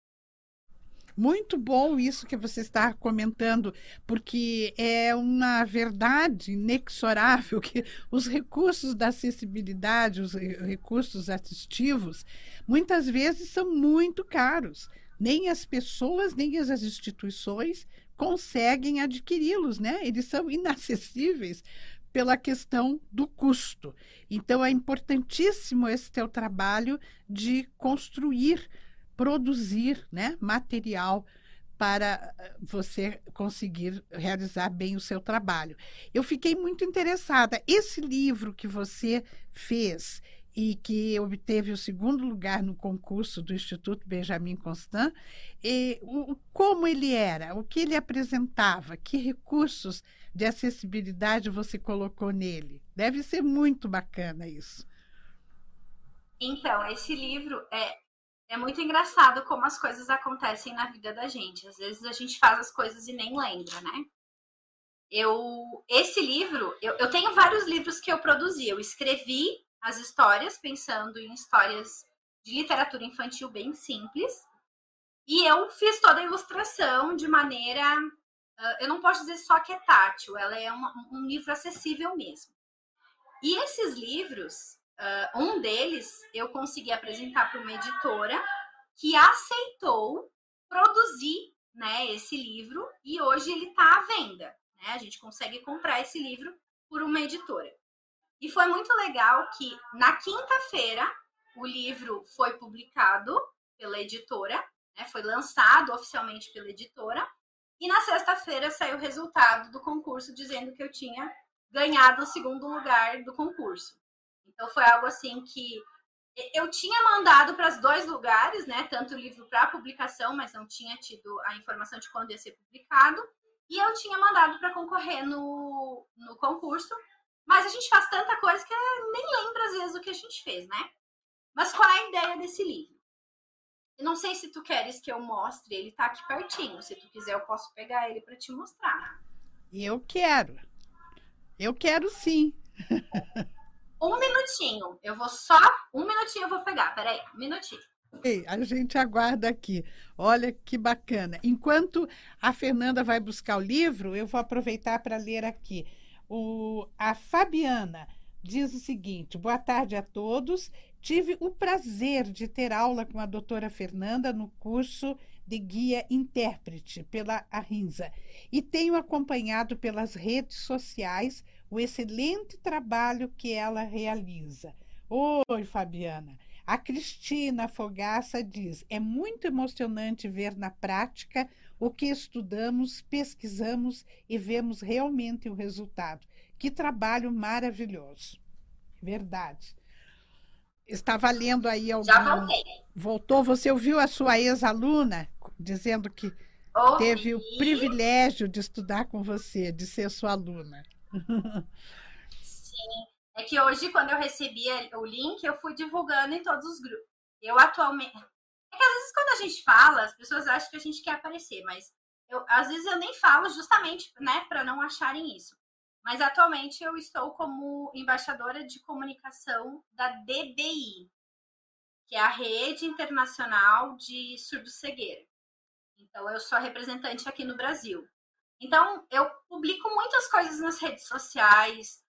Muito bom isso que você está comentando, porque é uma verdade inexorável que os recursos da acessibilidade, os recursos assistivos, muitas vezes são muito caros. Nem as pessoas, nem as instituições conseguem adquiri-los, né? Eles são inacessíveis pela questão do custo. Então, é importantíssimo esse teu trabalho de construir, produzir, né, material para você conseguir realizar bem o seu trabalho. Eu fiquei muito interessada. Esse livro que você fez e que obteve o segundo lugar no concurso do Instituto Benjamin Constant, e, o, como ele era, o que ele apresentava, que recursos de acessibilidade você colocou nele? Deve ser muito bacana isso. Então, esse livro é, é muito engraçado como as coisas acontecem na vida da gente. Às vezes a gente faz as coisas e nem lembra, né? Eu, esse livro, eu, eu tenho vários livros que eu produzi. Eu escrevi as histórias pensando em histórias de literatura infantil bem simples. E eu fiz toda a ilustração de maneira... Uh, eu não posso dizer só que é tátil, ela é uma, um livro acessível mesmo. E esses livros, uh, um deles eu consegui apresentar para uma editora que aceitou produzir, né, esse livro, e hoje ele está à venda, né? A gente consegue comprar esse livro por uma editora. E foi muito legal que na quinta-feira o livro foi publicado pela editora, né, foi lançado oficialmente pela editora, e na sexta-feira saiu o resultado do concurso dizendo que eu tinha ganhado o segundo lugar do concurso. Então foi algo assim que eu tinha mandado para os dois lugares, né? Tanto o livro para publicação, mas não tinha tido a informação de quando ia ser publicado. E eu tinha mandado para concorrer no, no concurso. Mas a gente faz tanta coisa que eu nem lembro às vezes o que a gente fez, né? Mas qual é a ideia desse livro? Eu não sei se tu queres que eu mostre, ele tá aqui pertinho. Se tu quiser, eu posso pegar ele para te mostrar. Eu quero. Eu quero sim. Um minutinho. Eu vou só... Um minutinho eu vou pegar. Peraí, um minutinho. Ei, a gente aguarda aqui. Olha que bacana. Enquanto a Fernanda vai buscar o livro, eu vou aproveitar para ler aqui. O, a Fabiana diz o seguinte: boa tarde a todos. Tive o prazer de ter aula com a doutora Fernanda no curso de guia intérprete pela Arrinza e tenho acompanhado pelas redes sociais o excelente trabalho que ela realiza. Oi, Fabiana. A Cristina Fogaça diz: é muito emocionante ver na prática o que estudamos, pesquisamos e vemos realmente o resultado. Que trabalho maravilhoso. Verdade. Estava lendo aí algum... Já voltei. Voltou? Você ouviu a sua ex-aluna dizendo que Ouvi. Teve o privilégio de estudar com você, de ser sua aluna. Sim. É que hoje, quando eu recebi o link, eu fui divulgando em todos os grupos. Eu atualmente... É que às vezes quando a gente fala, as pessoas acham que a gente quer aparecer, mas eu, às vezes eu nem falo justamente, né, para não acharem isso. Mas atualmente eu estou como embaixadora de comunicação da D B I, que é a Rede Internacional de Surdo-Cegueira. Então, eu sou a representante aqui no Brasil. Então, eu publico muitas coisas nas redes sociais,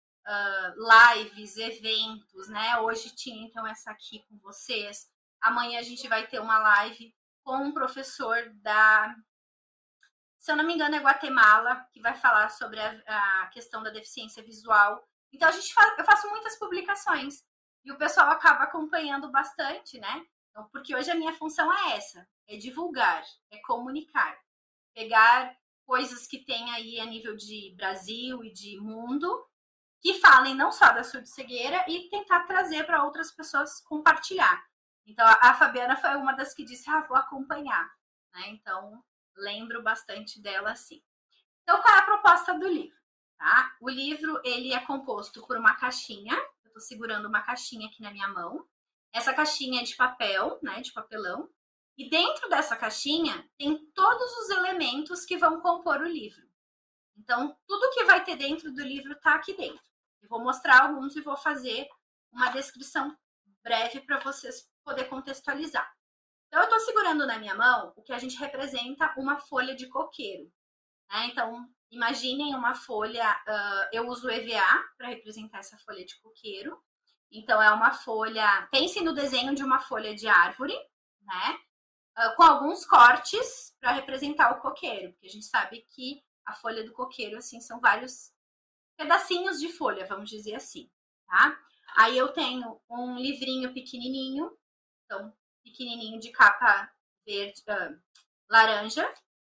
uh, lives, eventos, né? Hoje tinha, então, essa aqui com vocês. Amanhã a gente vai ter uma live com um professor da... Se eu não me engano, é Guatemala, que vai falar sobre a, a questão da deficiência visual. Então, a gente faz, eu faço muitas publicações e o pessoal acaba acompanhando bastante, né? Então, porque hoje a minha função é essa, é divulgar, é comunicar, pegar coisas que tem aí a nível de Brasil e de mundo, que falem não só da surdo-cegueira e tentar trazer para outras pessoas compartilhar. Então, a, a Fabiana foi uma das que disse, ah, vou acompanhar, né? Então... lembro bastante dela, assim. Então, qual é a proposta do livro? Tá? O livro, ele é composto por uma caixinha. Eu tô segurando uma caixinha aqui na minha mão. Essa caixinha é de papel, né? De papelão. E dentro dessa caixinha tem todos os elementos que vão compor o livro. Então, tudo que vai ter dentro do livro tá aqui dentro. Eu vou mostrar alguns e vou fazer uma descrição breve para vocês poderem contextualizar. Então, eu estou segurando na minha mão o que a gente representa uma folha de coqueiro. Né? Então, imaginem uma folha... Uh, eu uso E V A para representar essa folha de coqueiro. Então, é uma folha... Pensem no desenho de uma folha de árvore, né? Uh, com alguns cortes para representar o coqueiro. Porque a gente sabe que a folha do coqueiro, assim, são vários pedacinhos de folha, vamos dizer assim. Tá? Aí eu tenho um livrinho pequenininho. Então... pequenininho de capa verde, uh, laranja.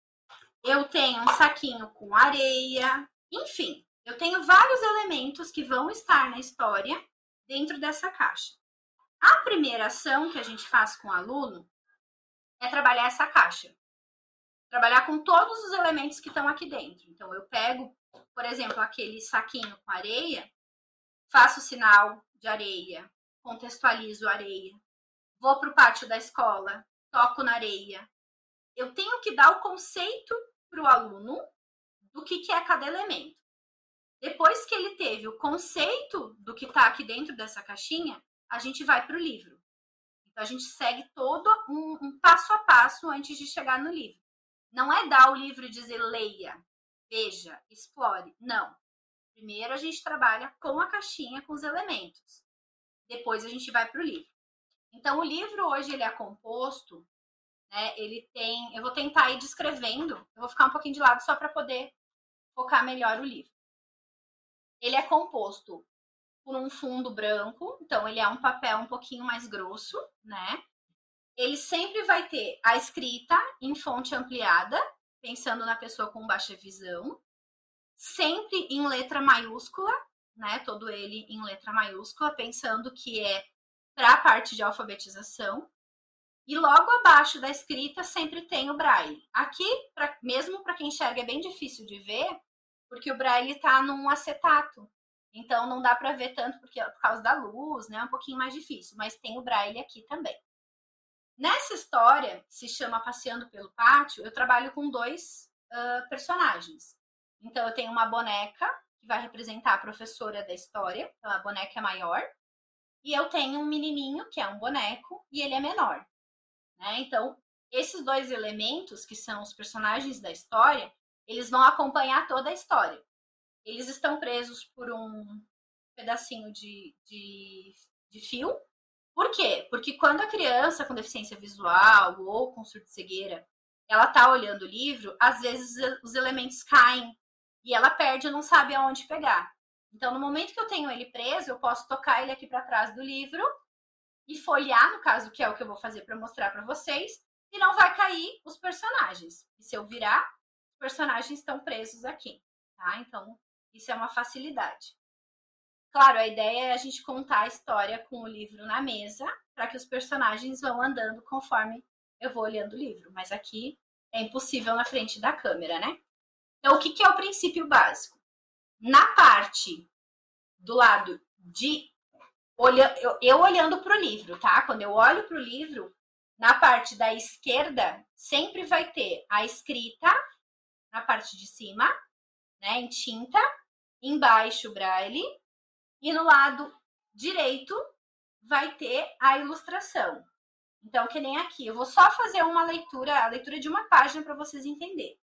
Eu tenho um saquinho com areia. Enfim, eu tenho vários elementos que vão estar na história dentro dessa caixa. A primeira ação que a gente faz com o aluno é trabalhar essa caixa. Trabalhar com todos os elementos que estão aqui dentro. Então, eu pego, por exemplo, aquele saquinho com areia, faço o sinal de areia, contextualizo a areia. Vou para o pátio da escola, toco na areia. Eu tenho que dar o conceito para o aluno do que, que é cada elemento. Depois que ele teve o conceito do que está aqui dentro dessa caixinha, a gente vai para o livro. Então, a gente segue todo um, um passo a passo antes de chegar no livro. Não é dar o livro e dizer leia, veja, explore. Não. Primeiro, a gente trabalha com a caixinha, com os elementos. Depois, a gente vai para o livro. Então, o livro hoje ele é composto, né, ele tem... Eu vou tentar ir descrevendo, eu vou ficar um pouquinho de lado só para poder focar melhor o livro. Ele é composto por um fundo branco, então ele é um papel um pouquinho mais grosso, né? Ele sempre vai ter a escrita em fonte ampliada, pensando na pessoa com baixa visão, sempre em letra maiúscula, né, todo ele em letra maiúscula, pensando que é para a parte de alfabetização. E logo abaixo da escrita sempre tem o braille. Aqui, pra, mesmo para quem enxerga, é bem difícil de ver, porque o braille está num acetato. Então não dá para ver tanto porque, por causa da luz, né? É um pouquinho mais difícil, mas tem o braille aqui também. Nessa história, que se chama Passeando pelo Pátio, eu trabalho com dois uh, personagens. Então eu tenho uma boneca, que vai representar a professora da história, então a boneca é maior, e eu tenho um menininho, que é um boneco, e ele é menor. Né? Então, esses dois elementos, que são os personagens da história, eles vão acompanhar toda a história. Eles estão presos por um pedacinho de, de, de fio. Por quê? Porque quando a criança com deficiência visual ou com surdo-cegueira, ela está olhando o livro, às vezes os elementos caem e ela perde e não sabe aonde pegar. Então, no momento que eu tenho ele preso, eu posso tocar ele aqui para trás do livro e folhear, no caso, que é o que eu vou fazer para mostrar para vocês, e não vai cair os personagens. E se eu virar, os personagens estão presos aqui, tá? Então, isso é uma facilidade. Claro, a ideia é a gente contar a história com o livro na mesa, para que os personagens vão andando conforme eu vou olhando o livro. Mas aqui é impossível na frente da câmera, né? Então, o que, que é o princípio básico? Na parte do lado de... Olha, eu, eu olhando para o livro, tá? Quando eu olho para o livro, na parte da esquerda, sempre vai ter a escrita, na parte de cima, né, em tinta, embaixo o braille, e no lado direito vai ter a ilustração. Então, que nem aqui, eu vou só fazer uma leitura, a leitura de uma página para vocês entenderem.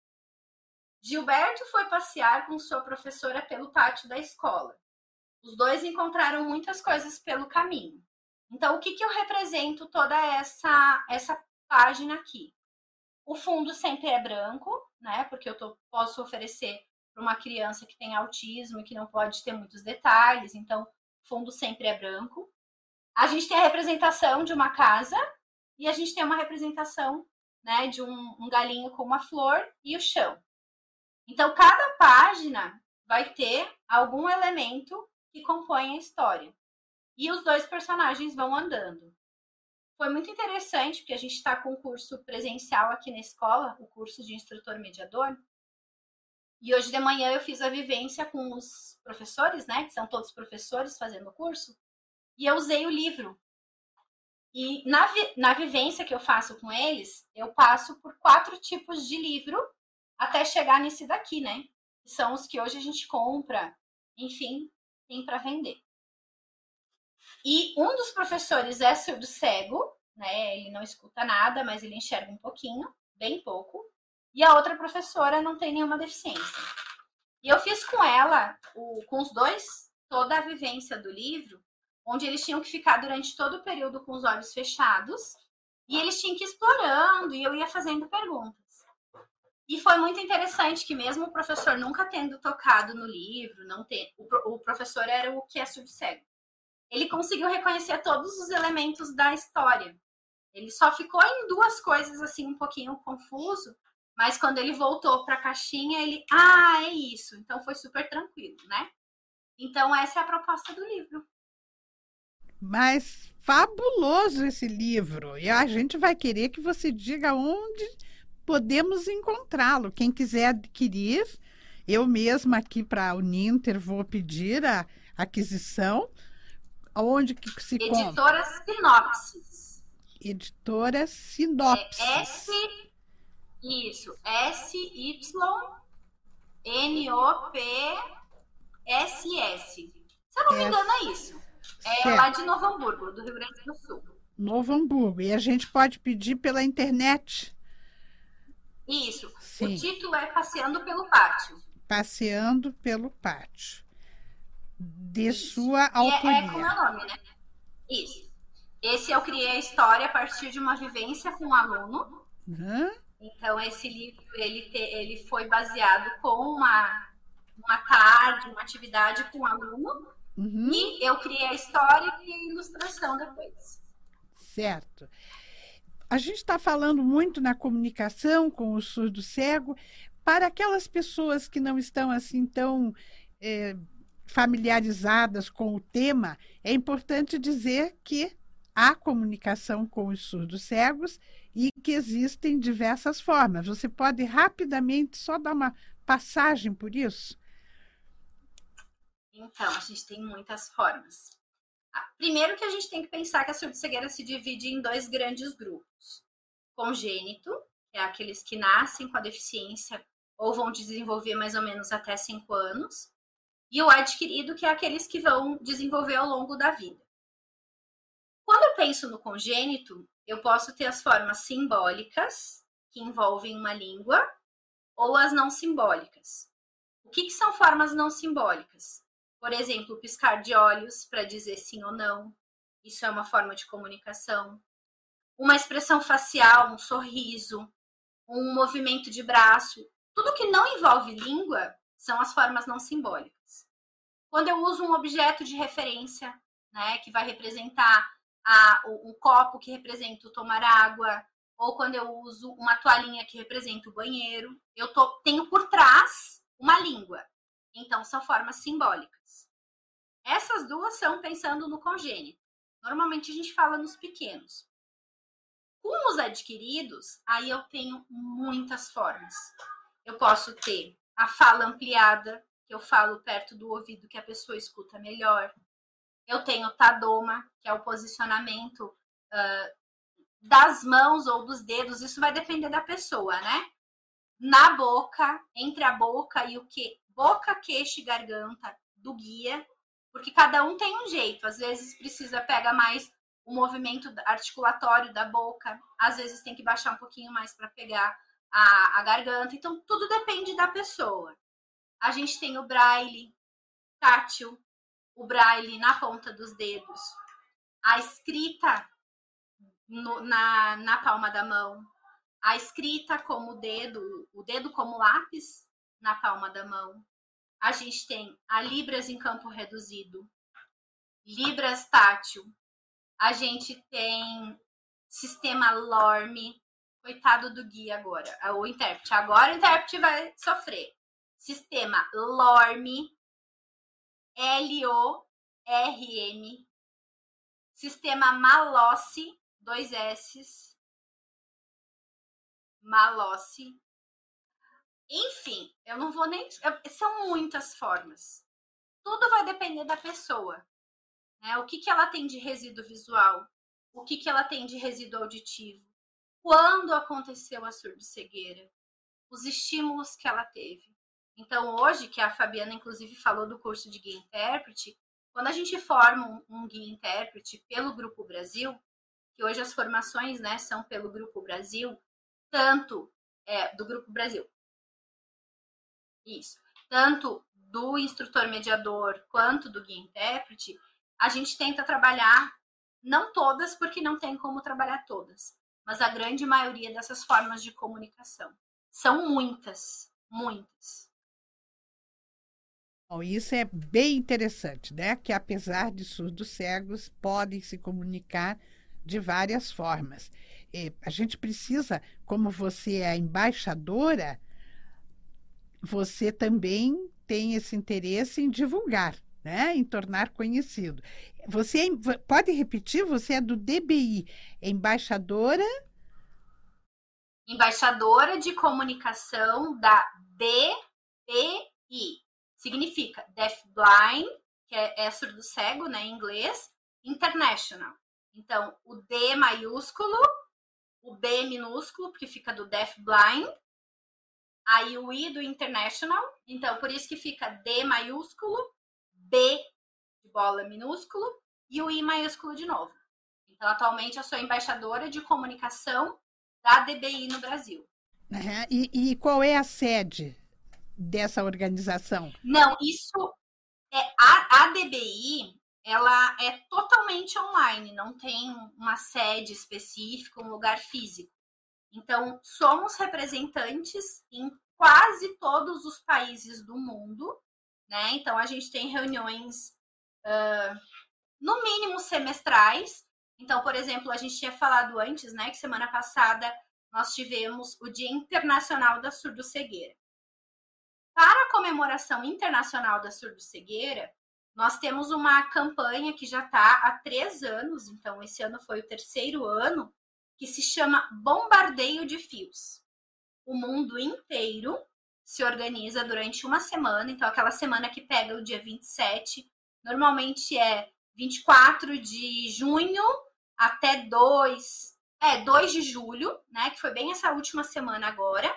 Gilberto foi passear com sua professora pelo pátio da escola. Os dois encontraram muitas coisas pelo caminho. Então, o que, que eu represento toda essa, essa página aqui? O fundo sempre é branco, né? Porque eu tô, posso oferecer para uma criança que tem autismo e que não pode ter muitos detalhes. Então, o fundo sempre é branco. A gente tem a representação de uma casa e a gente tem uma representação, né, de um, um galinho com uma flor e o chão. Então, cada página vai ter algum elemento que compõe a história. E os dois personagens vão andando. Foi muito interessante, porque a gente está com um curso presencial aqui na escola, o curso de instrutor mediador. E hoje de manhã eu fiz a vivência com os professores, né, que são todos professores fazendo o curso, e eu usei o livro. E na, vi na vivência que eu faço com eles, eu passo por quatro tipos de livro até chegar nesse daqui, né? Que são os que hoje a gente compra, enfim, tem para vender. E um dos professores é surdo cego, né? Ele não escuta nada, mas ele enxerga um pouquinho, bem pouco. E a outra professora não tem nenhuma deficiência. E eu fiz com ela, o, com os dois, toda a vivência do livro, onde eles tinham que ficar durante todo o período com os olhos fechados, e eles tinham que ir explorando, e eu ia fazendo perguntas. E foi muito interessante que mesmo o professor nunca tendo tocado no livro, não ter, o, o professor era o que é surdo cego, ele conseguiu reconhecer todos os elementos da história. Ele só ficou em duas coisas assim um pouquinho confuso, mas quando ele voltou para a caixinha, ele, ah, é isso. Então foi super tranquilo, né? Então essa é a proposta do livro. Mas fabuloso esse livro. E a gente vai querer que você diga onde podemos encontrá-lo. Quem quiser adquirir, eu mesma aqui para a Uninter vou pedir a aquisição. Onde que se Editora compra? Sinopsis. Editora Sinopsis. É S, isso, S Y N O P S S. Se eu não me engano, é isso. É certo. Lá de Novo Hamburgo, do Rio Grande do Sul. Novo Hamburgo. E a gente pode pedir pela internet? Isso. Sim. O título é Passeando pelo Pátio. Passeando pelo Pátio. De Isso. sua autoria. E é, é com meu nome, né? Isso. Esse eu criei a história a partir de uma vivência com um aluno. Uhum. Então, esse livro ele, te, ele foi baseado com uma, uma tarde, uma atividade com um aluno. Uhum. E eu criei a história e a ilustração depois. Certo. A gente está falando muito na comunicação com o surdo cego. Para aquelas pessoas que não estão assim tão... É, familiarizadas com o tema, é importante dizer que há comunicação com os surdos cegos e que existem diversas formas. Você pode rapidamente só dar uma passagem por isso? Então, a gente tem muitas formas. Primeiro que a gente tem que pensar que a surdecegueira se divide em dois grandes grupos. Congênito, que é aqueles que nascem com a deficiência ou vão desenvolver mais ou menos até cinco anos. E o adquirido, que é aqueles que vão desenvolver ao longo da vida. Quando eu penso no congênito, eu posso ter as formas simbólicas, que envolvem uma língua, ou as não simbólicas. O que, que são formas não simbólicas? Por exemplo, o piscar de olhos para dizer sim ou não. Isso é uma forma de comunicação. Uma expressão facial, um sorriso, um movimento de braço. Tudo que não envolve língua são as formas não simbólicas. Quando eu uso um objeto de referência, né, que vai representar a, um copo que representa o tomar água, ou quando eu uso uma toalhinha que representa o banheiro, eu tô, tenho por trás uma língua. Então, são formas simbólicas. Essas duas são pensando no congênito. Normalmente, a gente fala nos pequenos. Com os adquiridos, aí eu tenho muitas formas. Eu posso ter a fala ampliada, que eu falo perto do ouvido que a pessoa escuta melhor. Eu tenho o tadoma, que é o posicionamento uh, das mãos ou dos dedos. Isso vai depender da pessoa, né? Na boca, entre a boca e o que? Boca, queixo e garganta do guia, porque cada um tem um jeito. Às vezes precisa pegar mais o movimento articulatório da boca, às vezes tem que baixar um pouquinho mais para pegar a, a garganta. Então, tudo depende da pessoa. A gente tem o braille tátil, o braille na ponta dos dedos, a escrita no, na, na palma da mão, a escrita como dedo, o dedo como lápis na palma da mão. A gente tem a Libras em campo reduzido, Libras tátil. A gente tem sistema L O R M. Coitado do guia agora, o intérprete. Agora o intérprete vai sofrer. Sistema L O R M, L O R M. Sistema Malossi, dois S. Malossi. Enfim, eu não vou nem... São muitas formas. Tudo vai depender da pessoa. Né? O que, que ela tem de resíduo visual? O que, que ela tem de resíduo auditivo? Quando aconteceu a surdo-cegueira? Os estímulos que ela teve. Então, hoje, que a Fabiana, inclusive, falou do curso de guia intérprete, quando a gente forma um, um guia intérprete pelo Grupo Brasil, que hoje as formações, né, são pelo Grupo Brasil, tanto é, do Grupo Brasil, isso, tanto do instrutor mediador quanto do guia intérprete, a gente tenta trabalhar, não todas, porque não tem como trabalhar todas, mas a grande maioria dessas formas de comunicação. São muitas, muitas. Bom, isso é bem interessante, né? Que apesar de surdos cegos, podem se comunicar de várias formas. E a gente precisa, como você é a embaixadora, você também tem esse interesse em divulgar, né? Em tornar conhecido. Você é, pode repetir? Você é do D B I, embaixadora? Embaixadora de comunicação da D B I. Significa Deaf Blind, que é, é surdo cego, né, em inglês, International. Então, o D maiúsculo, o B minúsculo, porque fica do Deaf Blind, aí o I do International, então por isso que fica D maiúsculo, B de bola minúsculo e o I maiúsculo de novo. Então, atualmente eu sou embaixadora de comunicação da D B I no Brasil. Uhum. E, e qual é a sede dessa organização? Não, isso é a, a D B I, ela é totalmente online, não tem uma sede específica, um lugar físico. Então, somos representantes em quase todos os países do mundo, né? Então, a gente tem reuniões, uh, no mínimo, semestrais. Então, por exemplo, a gente tinha falado antes, né, que semana passada nós tivemos o Dia Internacional da Surdo-Cegueira. para a comemoração internacional da surdo-cegueira, nós temos uma campanha que já está há três anos, então esse ano foi o terceiro ano, que se chama Bombardeio de Fios. O mundo inteiro se organiza durante uma semana, então aquela semana que pega o dia vinte e sete, normalmente é vinte e quatro de junho até dois, é, dois de julho, né, que foi bem essa última semana agora.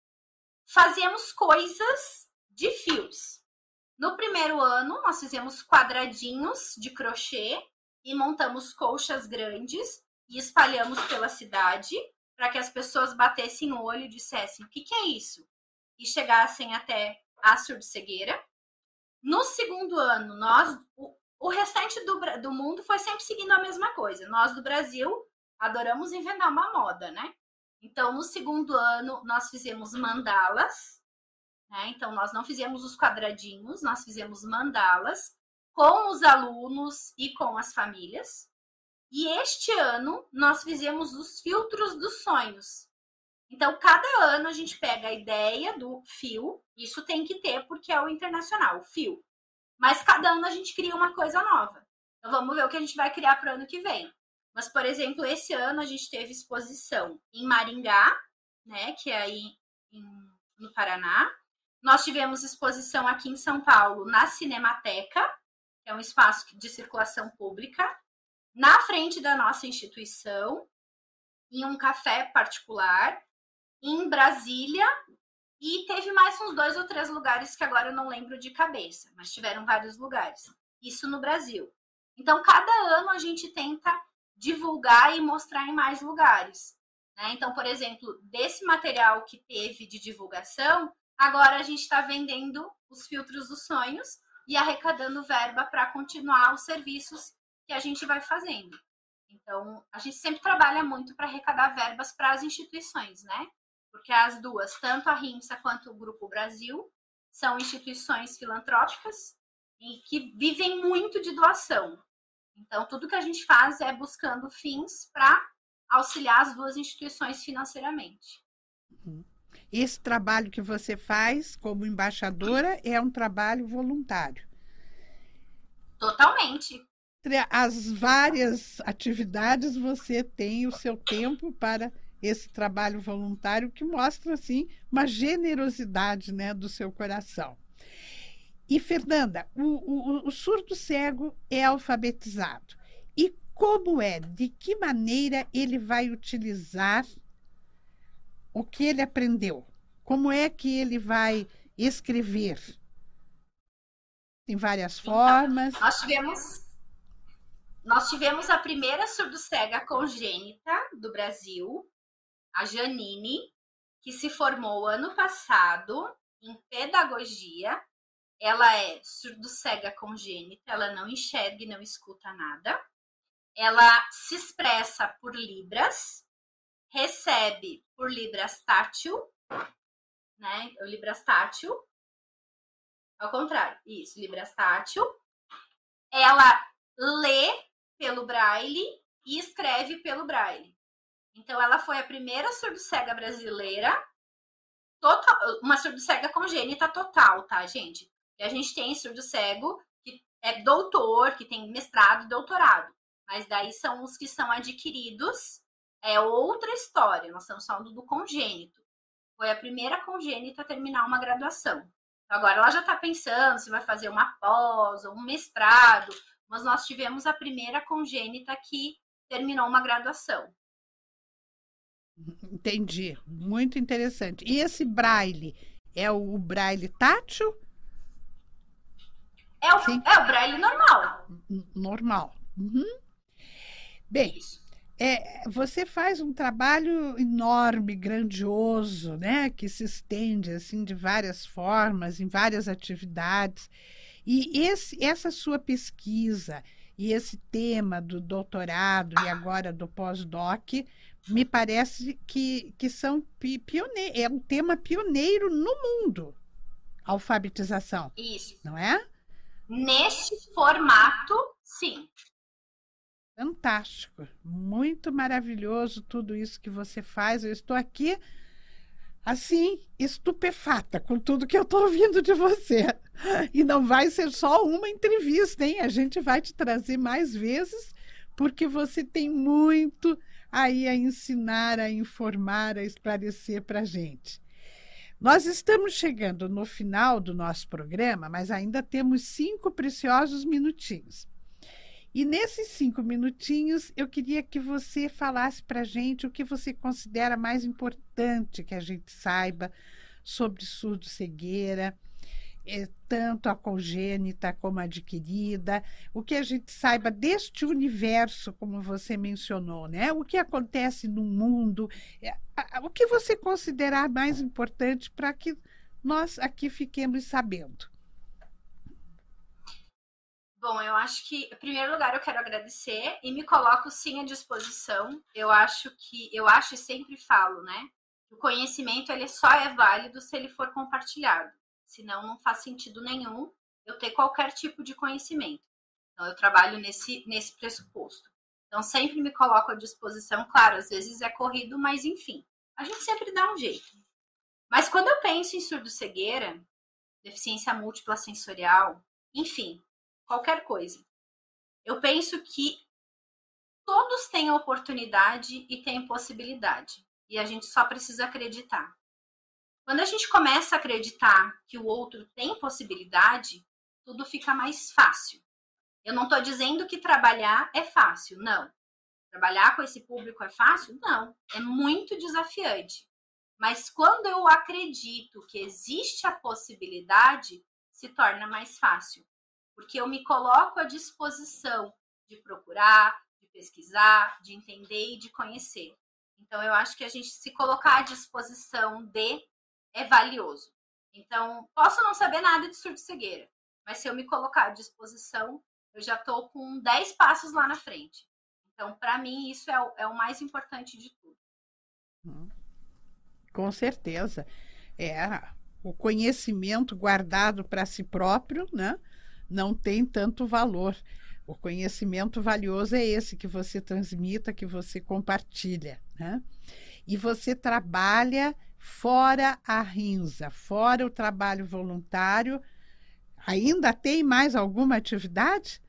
Fazemos coisas de fios. No primeiro ano, nós fizemos quadradinhos de crochê e montamos colchas grandes e espalhamos pela cidade para que as pessoas batessem o olho e dissessem o que, que é isso? E chegassem até a surdo-cegueira. No segundo ano, nós, o, o restante do, do mundo foi sempre seguindo a mesma coisa. Nós do Brasil adoramos inventar uma moda, né? Então, no segundo ano, nós fizemos mandalas, né? Então, nós não fizemos os quadradinhos, nós fizemos mandalas com os alunos e com as famílias. E este ano, nós fizemos os filtros dos sonhos. Então, cada ano a gente pega a ideia do fio, isso tem que ter porque é o internacional, o fio. Mas cada ano a gente cria uma coisa nova. Então, vamos ver o que a gente vai criar para o ano que vem. Mas, por exemplo, esse ano a gente teve exposição em Maringá, né, que é aí em, no Paraná. Nós tivemos exposição aqui em São Paulo, na Cinemateca, que é um espaço de circulação pública, na frente da nossa instituição, em um café particular, em Brasília, e teve mais uns dois ou três lugares que agora eu não lembro de cabeça, mas tiveram vários lugares. Isso no Brasil. Então, cada ano a gente tenta divulgar e mostrar em mais lugares, né? Então, por exemplo, desse material que teve de divulgação, agora a gente está vendendo os filtros dos sonhos e arrecadando verba para continuar os serviços que a gente vai fazendo. Então, a gente sempre trabalha muito para arrecadar verbas para as instituições, né? Porque as duas, tanto a RIMSA quanto o Grupo Brasil, são instituições filantrópicas e que vivem muito de doação. Então, tudo que a gente faz é buscando fins para auxiliar as duas instituições financeiramente. Esse trabalho que você faz como embaixadora é um trabalho voluntário. Totalmente. Entre as várias atividades, você tem o seu tempo para esse trabalho voluntário que mostra, assim, uma generosidade, né, do seu coração. E, Fernanda, o, o, o surdo-cego é alfabetizado. E como é? De que maneira ele vai utilizar o que ele aprendeu? Como é que ele vai escrever? Tem várias formas. Então, nós tivemos, nós tivemos a primeira surdo-cega congênita do Brasil, a Janine, que se formou ano passado em pedagogia. Ela é surdo-cega congênita, ela não enxerga e não escuta nada. Ela se expressa por libras, recebe por libras tátil, né? O libras tátil. Ao contrário, isso, libras tátil. Ela lê pelo braille e escreve pelo braille. Então, ela foi a primeira surdo-cega brasileira, total, uma surdo-cega congênita total, tá, gente? E a gente tem surdo-cego que é doutor, que tem mestrado e doutorado. Mas daí são os que são adquiridos, é outra história. Nós estamos falando do congênito. Foi a primeira congênita a terminar uma graduação. Então, agora ela já está pensando se vai fazer uma pós ou um mestrado, mas nós tivemos a primeira congênita que terminou uma graduação. Entendi. Muito interessante. E esse braille é o braille tátil? É o, é o braille normal. Normal. Uhum. Bem, é, você faz um trabalho enorme, grandioso, né? Que se estende assim de várias formas, em várias atividades. E esse, essa sua pesquisa e esse tema do doutorado e agora do pós-doc, me parece que, que são pioneiros, é um tema pioneiro no mundo, alfabetização. Isso. Não é? Neste formato, sim. Fantástico, muito maravilhoso tudo isso que você faz. Eu estou aqui assim, estupefata com tudo que eu estou ouvindo de você. E não vai ser só uma entrevista, hein? A gente vai te trazer mais vezes, porque você tem muito aí a ensinar, a informar, a esclarecer para a gente. Nós estamos chegando no final do nosso programa, mas ainda temos cinco preciosos minutinhos. E nesses cinco minutinhos, eu queria que você falasse para a gente o que você considera mais importante que a gente saiba sobre surdo-cegueira, é, tanto a congênita como a adquirida, o que a gente saiba deste universo, como você mencionou, né? O que acontece no mundo, é, a, o que você considerar mais importante para que nós aqui fiquemos sabendo. Bom, eu acho que, em primeiro lugar, eu quero agradecer e me coloco sim à disposição. Eu acho que, eu acho e sempre falo, né? O conhecimento, ele só é válido se ele for compartilhado. Senão, não faz sentido nenhum eu ter qualquer tipo de conhecimento. Então, eu trabalho nesse, nesse pressuposto. Então, sempre me coloco à disposição. Claro, às vezes é corrido, mas enfim, a gente sempre dá um jeito. Mas quando eu penso em surdo-cegueira, deficiência múltipla sensorial, enfim, qualquer coisa, eu penso que todos têm oportunidade e têm possibilidade. E a gente só precisa acreditar. Quando a gente começa a acreditar que o outro tem possibilidade, tudo fica mais fácil. Eu não estou dizendo que trabalhar é fácil, não. Trabalhar com esse público é fácil? Não. É muito desafiante. Mas quando eu acredito que existe a possibilidade, se torna mais fácil. Porque eu me coloco à disposição de procurar, de pesquisar, de entender e de conhecer. Então, eu acho que a gente se colocar à disposição de é valioso. Então, posso não saber nada de surdo-cegueira, mas se eu me colocar à disposição, eu já estou com dez passos lá na frente. Então, para mim, isso é o, é o mais importante de tudo. Com certeza. É, o conhecimento guardado para si próprio, né, não tem tanto valor. O conhecimento valioso é esse que você transmita, que você compartilha, né? E você trabalha fora a Rinza, fora o trabalho voluntário. Ainda tem mais alguma atividade?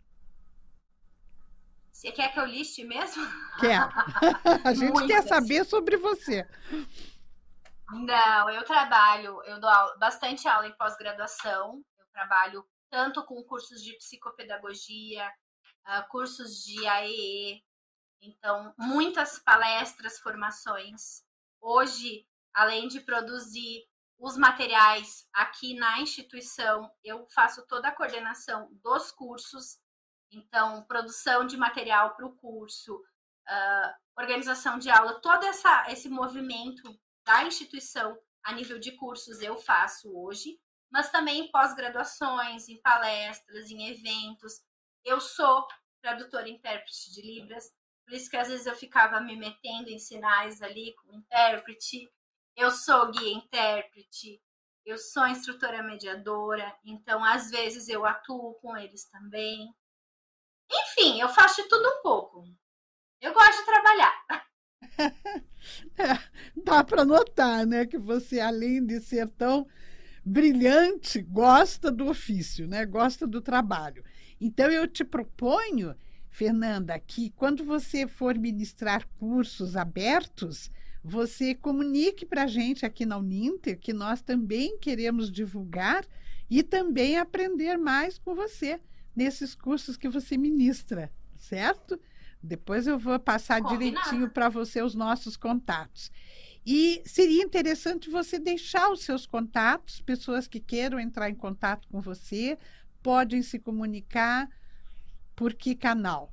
Você quer que eu liste mesmo? Quero. A gente Muitas. Quer saber sobre você. Não, eu trabalho, eu dou aula, bastante aula em pós-graduação. Eu trabalho tanto com cursos de psicopedagogia, uh, cursos de A E E, então, muitas palestras, formações. Hoje, além de produzir os materiais aqui na instituição, eu faço toda a coordenação dos cursos, então, produção de material para o curso, uh, organização de aula, todo essa, esse movimento da instituição a nível de cursos eu faço hoje, mas também em pós-graduações, em palestras, em eventos. Eu sou tradutora e intérprete de Libras, por isso que às vezes eu ficava me metendo em sinais ali com intérprete. Eu sou guia intérprete, eu sou instrutora mediadora, então às vezes eu atuo com eles também. Enfim, eu faço de tudo um pouco. Eu gosto de trabalhar. É, dá para notar, né, que você, além de ser tão brilhante, gosta do ofício, né? Gosta do trabalho. Então, eu te proponho, Fernanda, que quando você for ministrar cursos abertos, você comunique para a gente aqui na Uninter, que nós também queremos divulgar e também aprender mais com você nesses cursos que você ministra, certo? Depois eu vou passar Combinado. Direitinho para você os nossos contatos. E seria interessante você deixar os seus contatos, pessoas que queiram entrar em contato com você, podem se comunicar por que canal?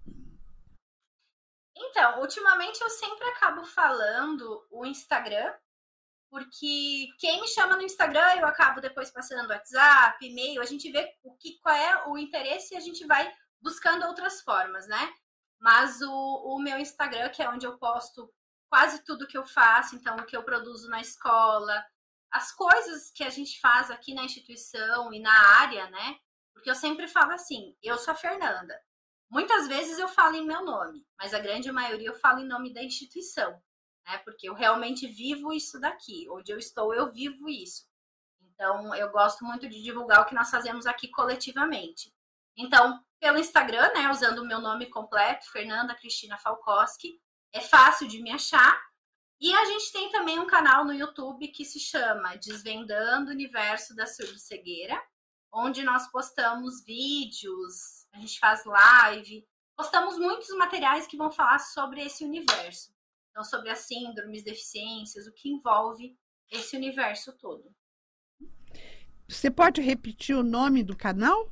Então, ultimamente eu sempre acabo falando o Instagram, porque quem me chama no Instagram eu acabo depois passando WhatsApp, e-mail, a gente vê o que, qual é o interesse e a gente vai buscando outras formas, né? Mas o, o meu Instagram, que é onde eu posto quase tudo que eu faço, então o que eu produzo na escola, as coisas que a gente faz aqui na instituição e na área, né? Porque eu sempre falo assim, eu sou a Fernanda. Muitas vezes eu falo em meu nome, mas a grande maioria eu falo em nome da instituição, né? Porque eu realmente vivo isso daqui. Onde eu estou, eu vivo isso. Então, eu gosto muito de divulgar o que nós fazemos aqui coletivamente. Então, pelo Instagram, né, usando o meu nome completo, Fernanda Cristina Falkowski, é fácil de me achar. E a gente tem também um canal no YouTube que se chama Desvendando o Universo da Surdo-Cegueira, onde nós postamos vídeos, a gente faz live, postamos muitos materiais que vão falar sobre esse universo. Então, sobre as síndromes, deficiências, o que envolve esse universo todo. Você pode repetir o nome do canal?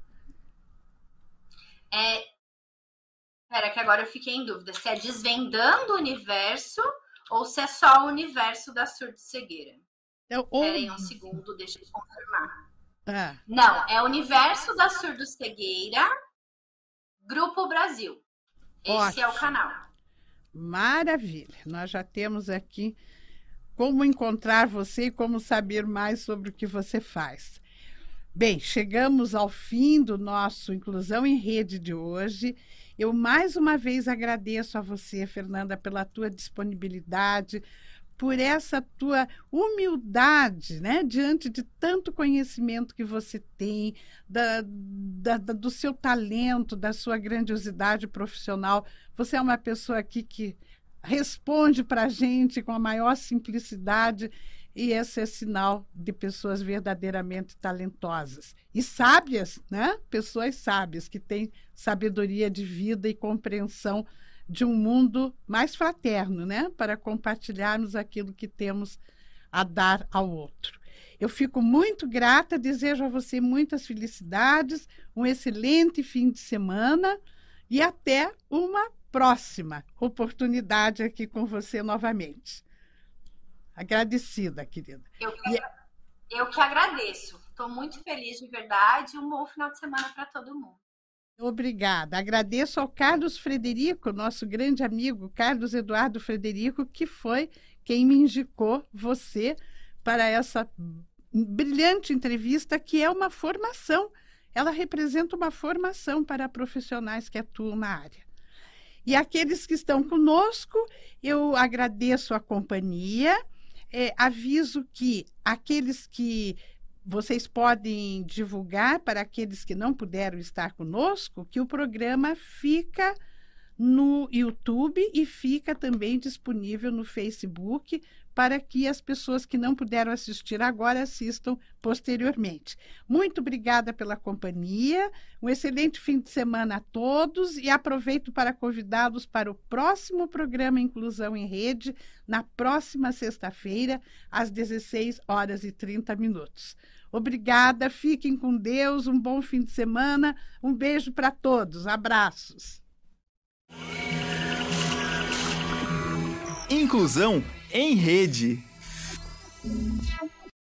É... Espera, que agora eu fiquei em dúvida. Se é Desvendando o Universo ou se é só o universo da surdo-cegueira. Espera ou... aí um segundo, deixa eu confirmar. Ah. Não, é Universo da Surdo-Cegueira, Grupo Brasil. Esse Ótimo. É o canal. Maravilha. Nós já temos aqui como encontrar você e como saber mais sobre o que você faz. Bem, chegamos ao fim do nosso Inclusão em Rede de hoje. Eu mais uma vez agradeço a você, Fernanda, pela tua disponibilidade, por essa tua humildade, né, diante de tanto conhecimento que você tem, da, da, do seu talento, da sua grandiosidade profissional. Você é uma pessoa aqui que responde para a gente com a maior simplicidade, e esse é sinal de pessoas verdadeiramente talentosas e sábias, né? Pessoas sábias que têm sabedoria de vida e compreensão de um mundo mais fraterno, né? Para compartilharmos aquilo que temos a dar ao outro. Eu fico muito grata, desejo a você muitas felicidades, um excelente fim de semana e até uma próxima oportunidade aqui com você novamente. Agradecida, querida. Eu que, eu que agradeço. Estou muito feliz, de verdade. Um bom final de semana para todo mundo. Obrigada. Agradeço ao Carlos Frederico, nosso grande amigo, Carlos Eduardo Frederico, que foi quem me indicou você para essa brilhante entrevista, que é uma formação. Ela representa uma formação para profissionais que atuam na área. E aqueles que estão conosco, eu agradeço a companhia. É, aviso que aqueles que vocês podem divulgar para aqueles que não puderam estar conosco, que o programa fica no YouTube e fica também disponível no Facebook para que as pessoas que não puderam assistir agora assistam posteriormente. Muito obrigada pela companhia, um excelente fim de semana a todos e aproveito para convidá-los para o próximo programa Inclusão em Rede, na próxima sexta-feira, às dezesseis horas e trinta minutos. Obrigada, fiquem com Deus, um bom fim de semana, um beijo para todos, abraços. Inclusão em Rede.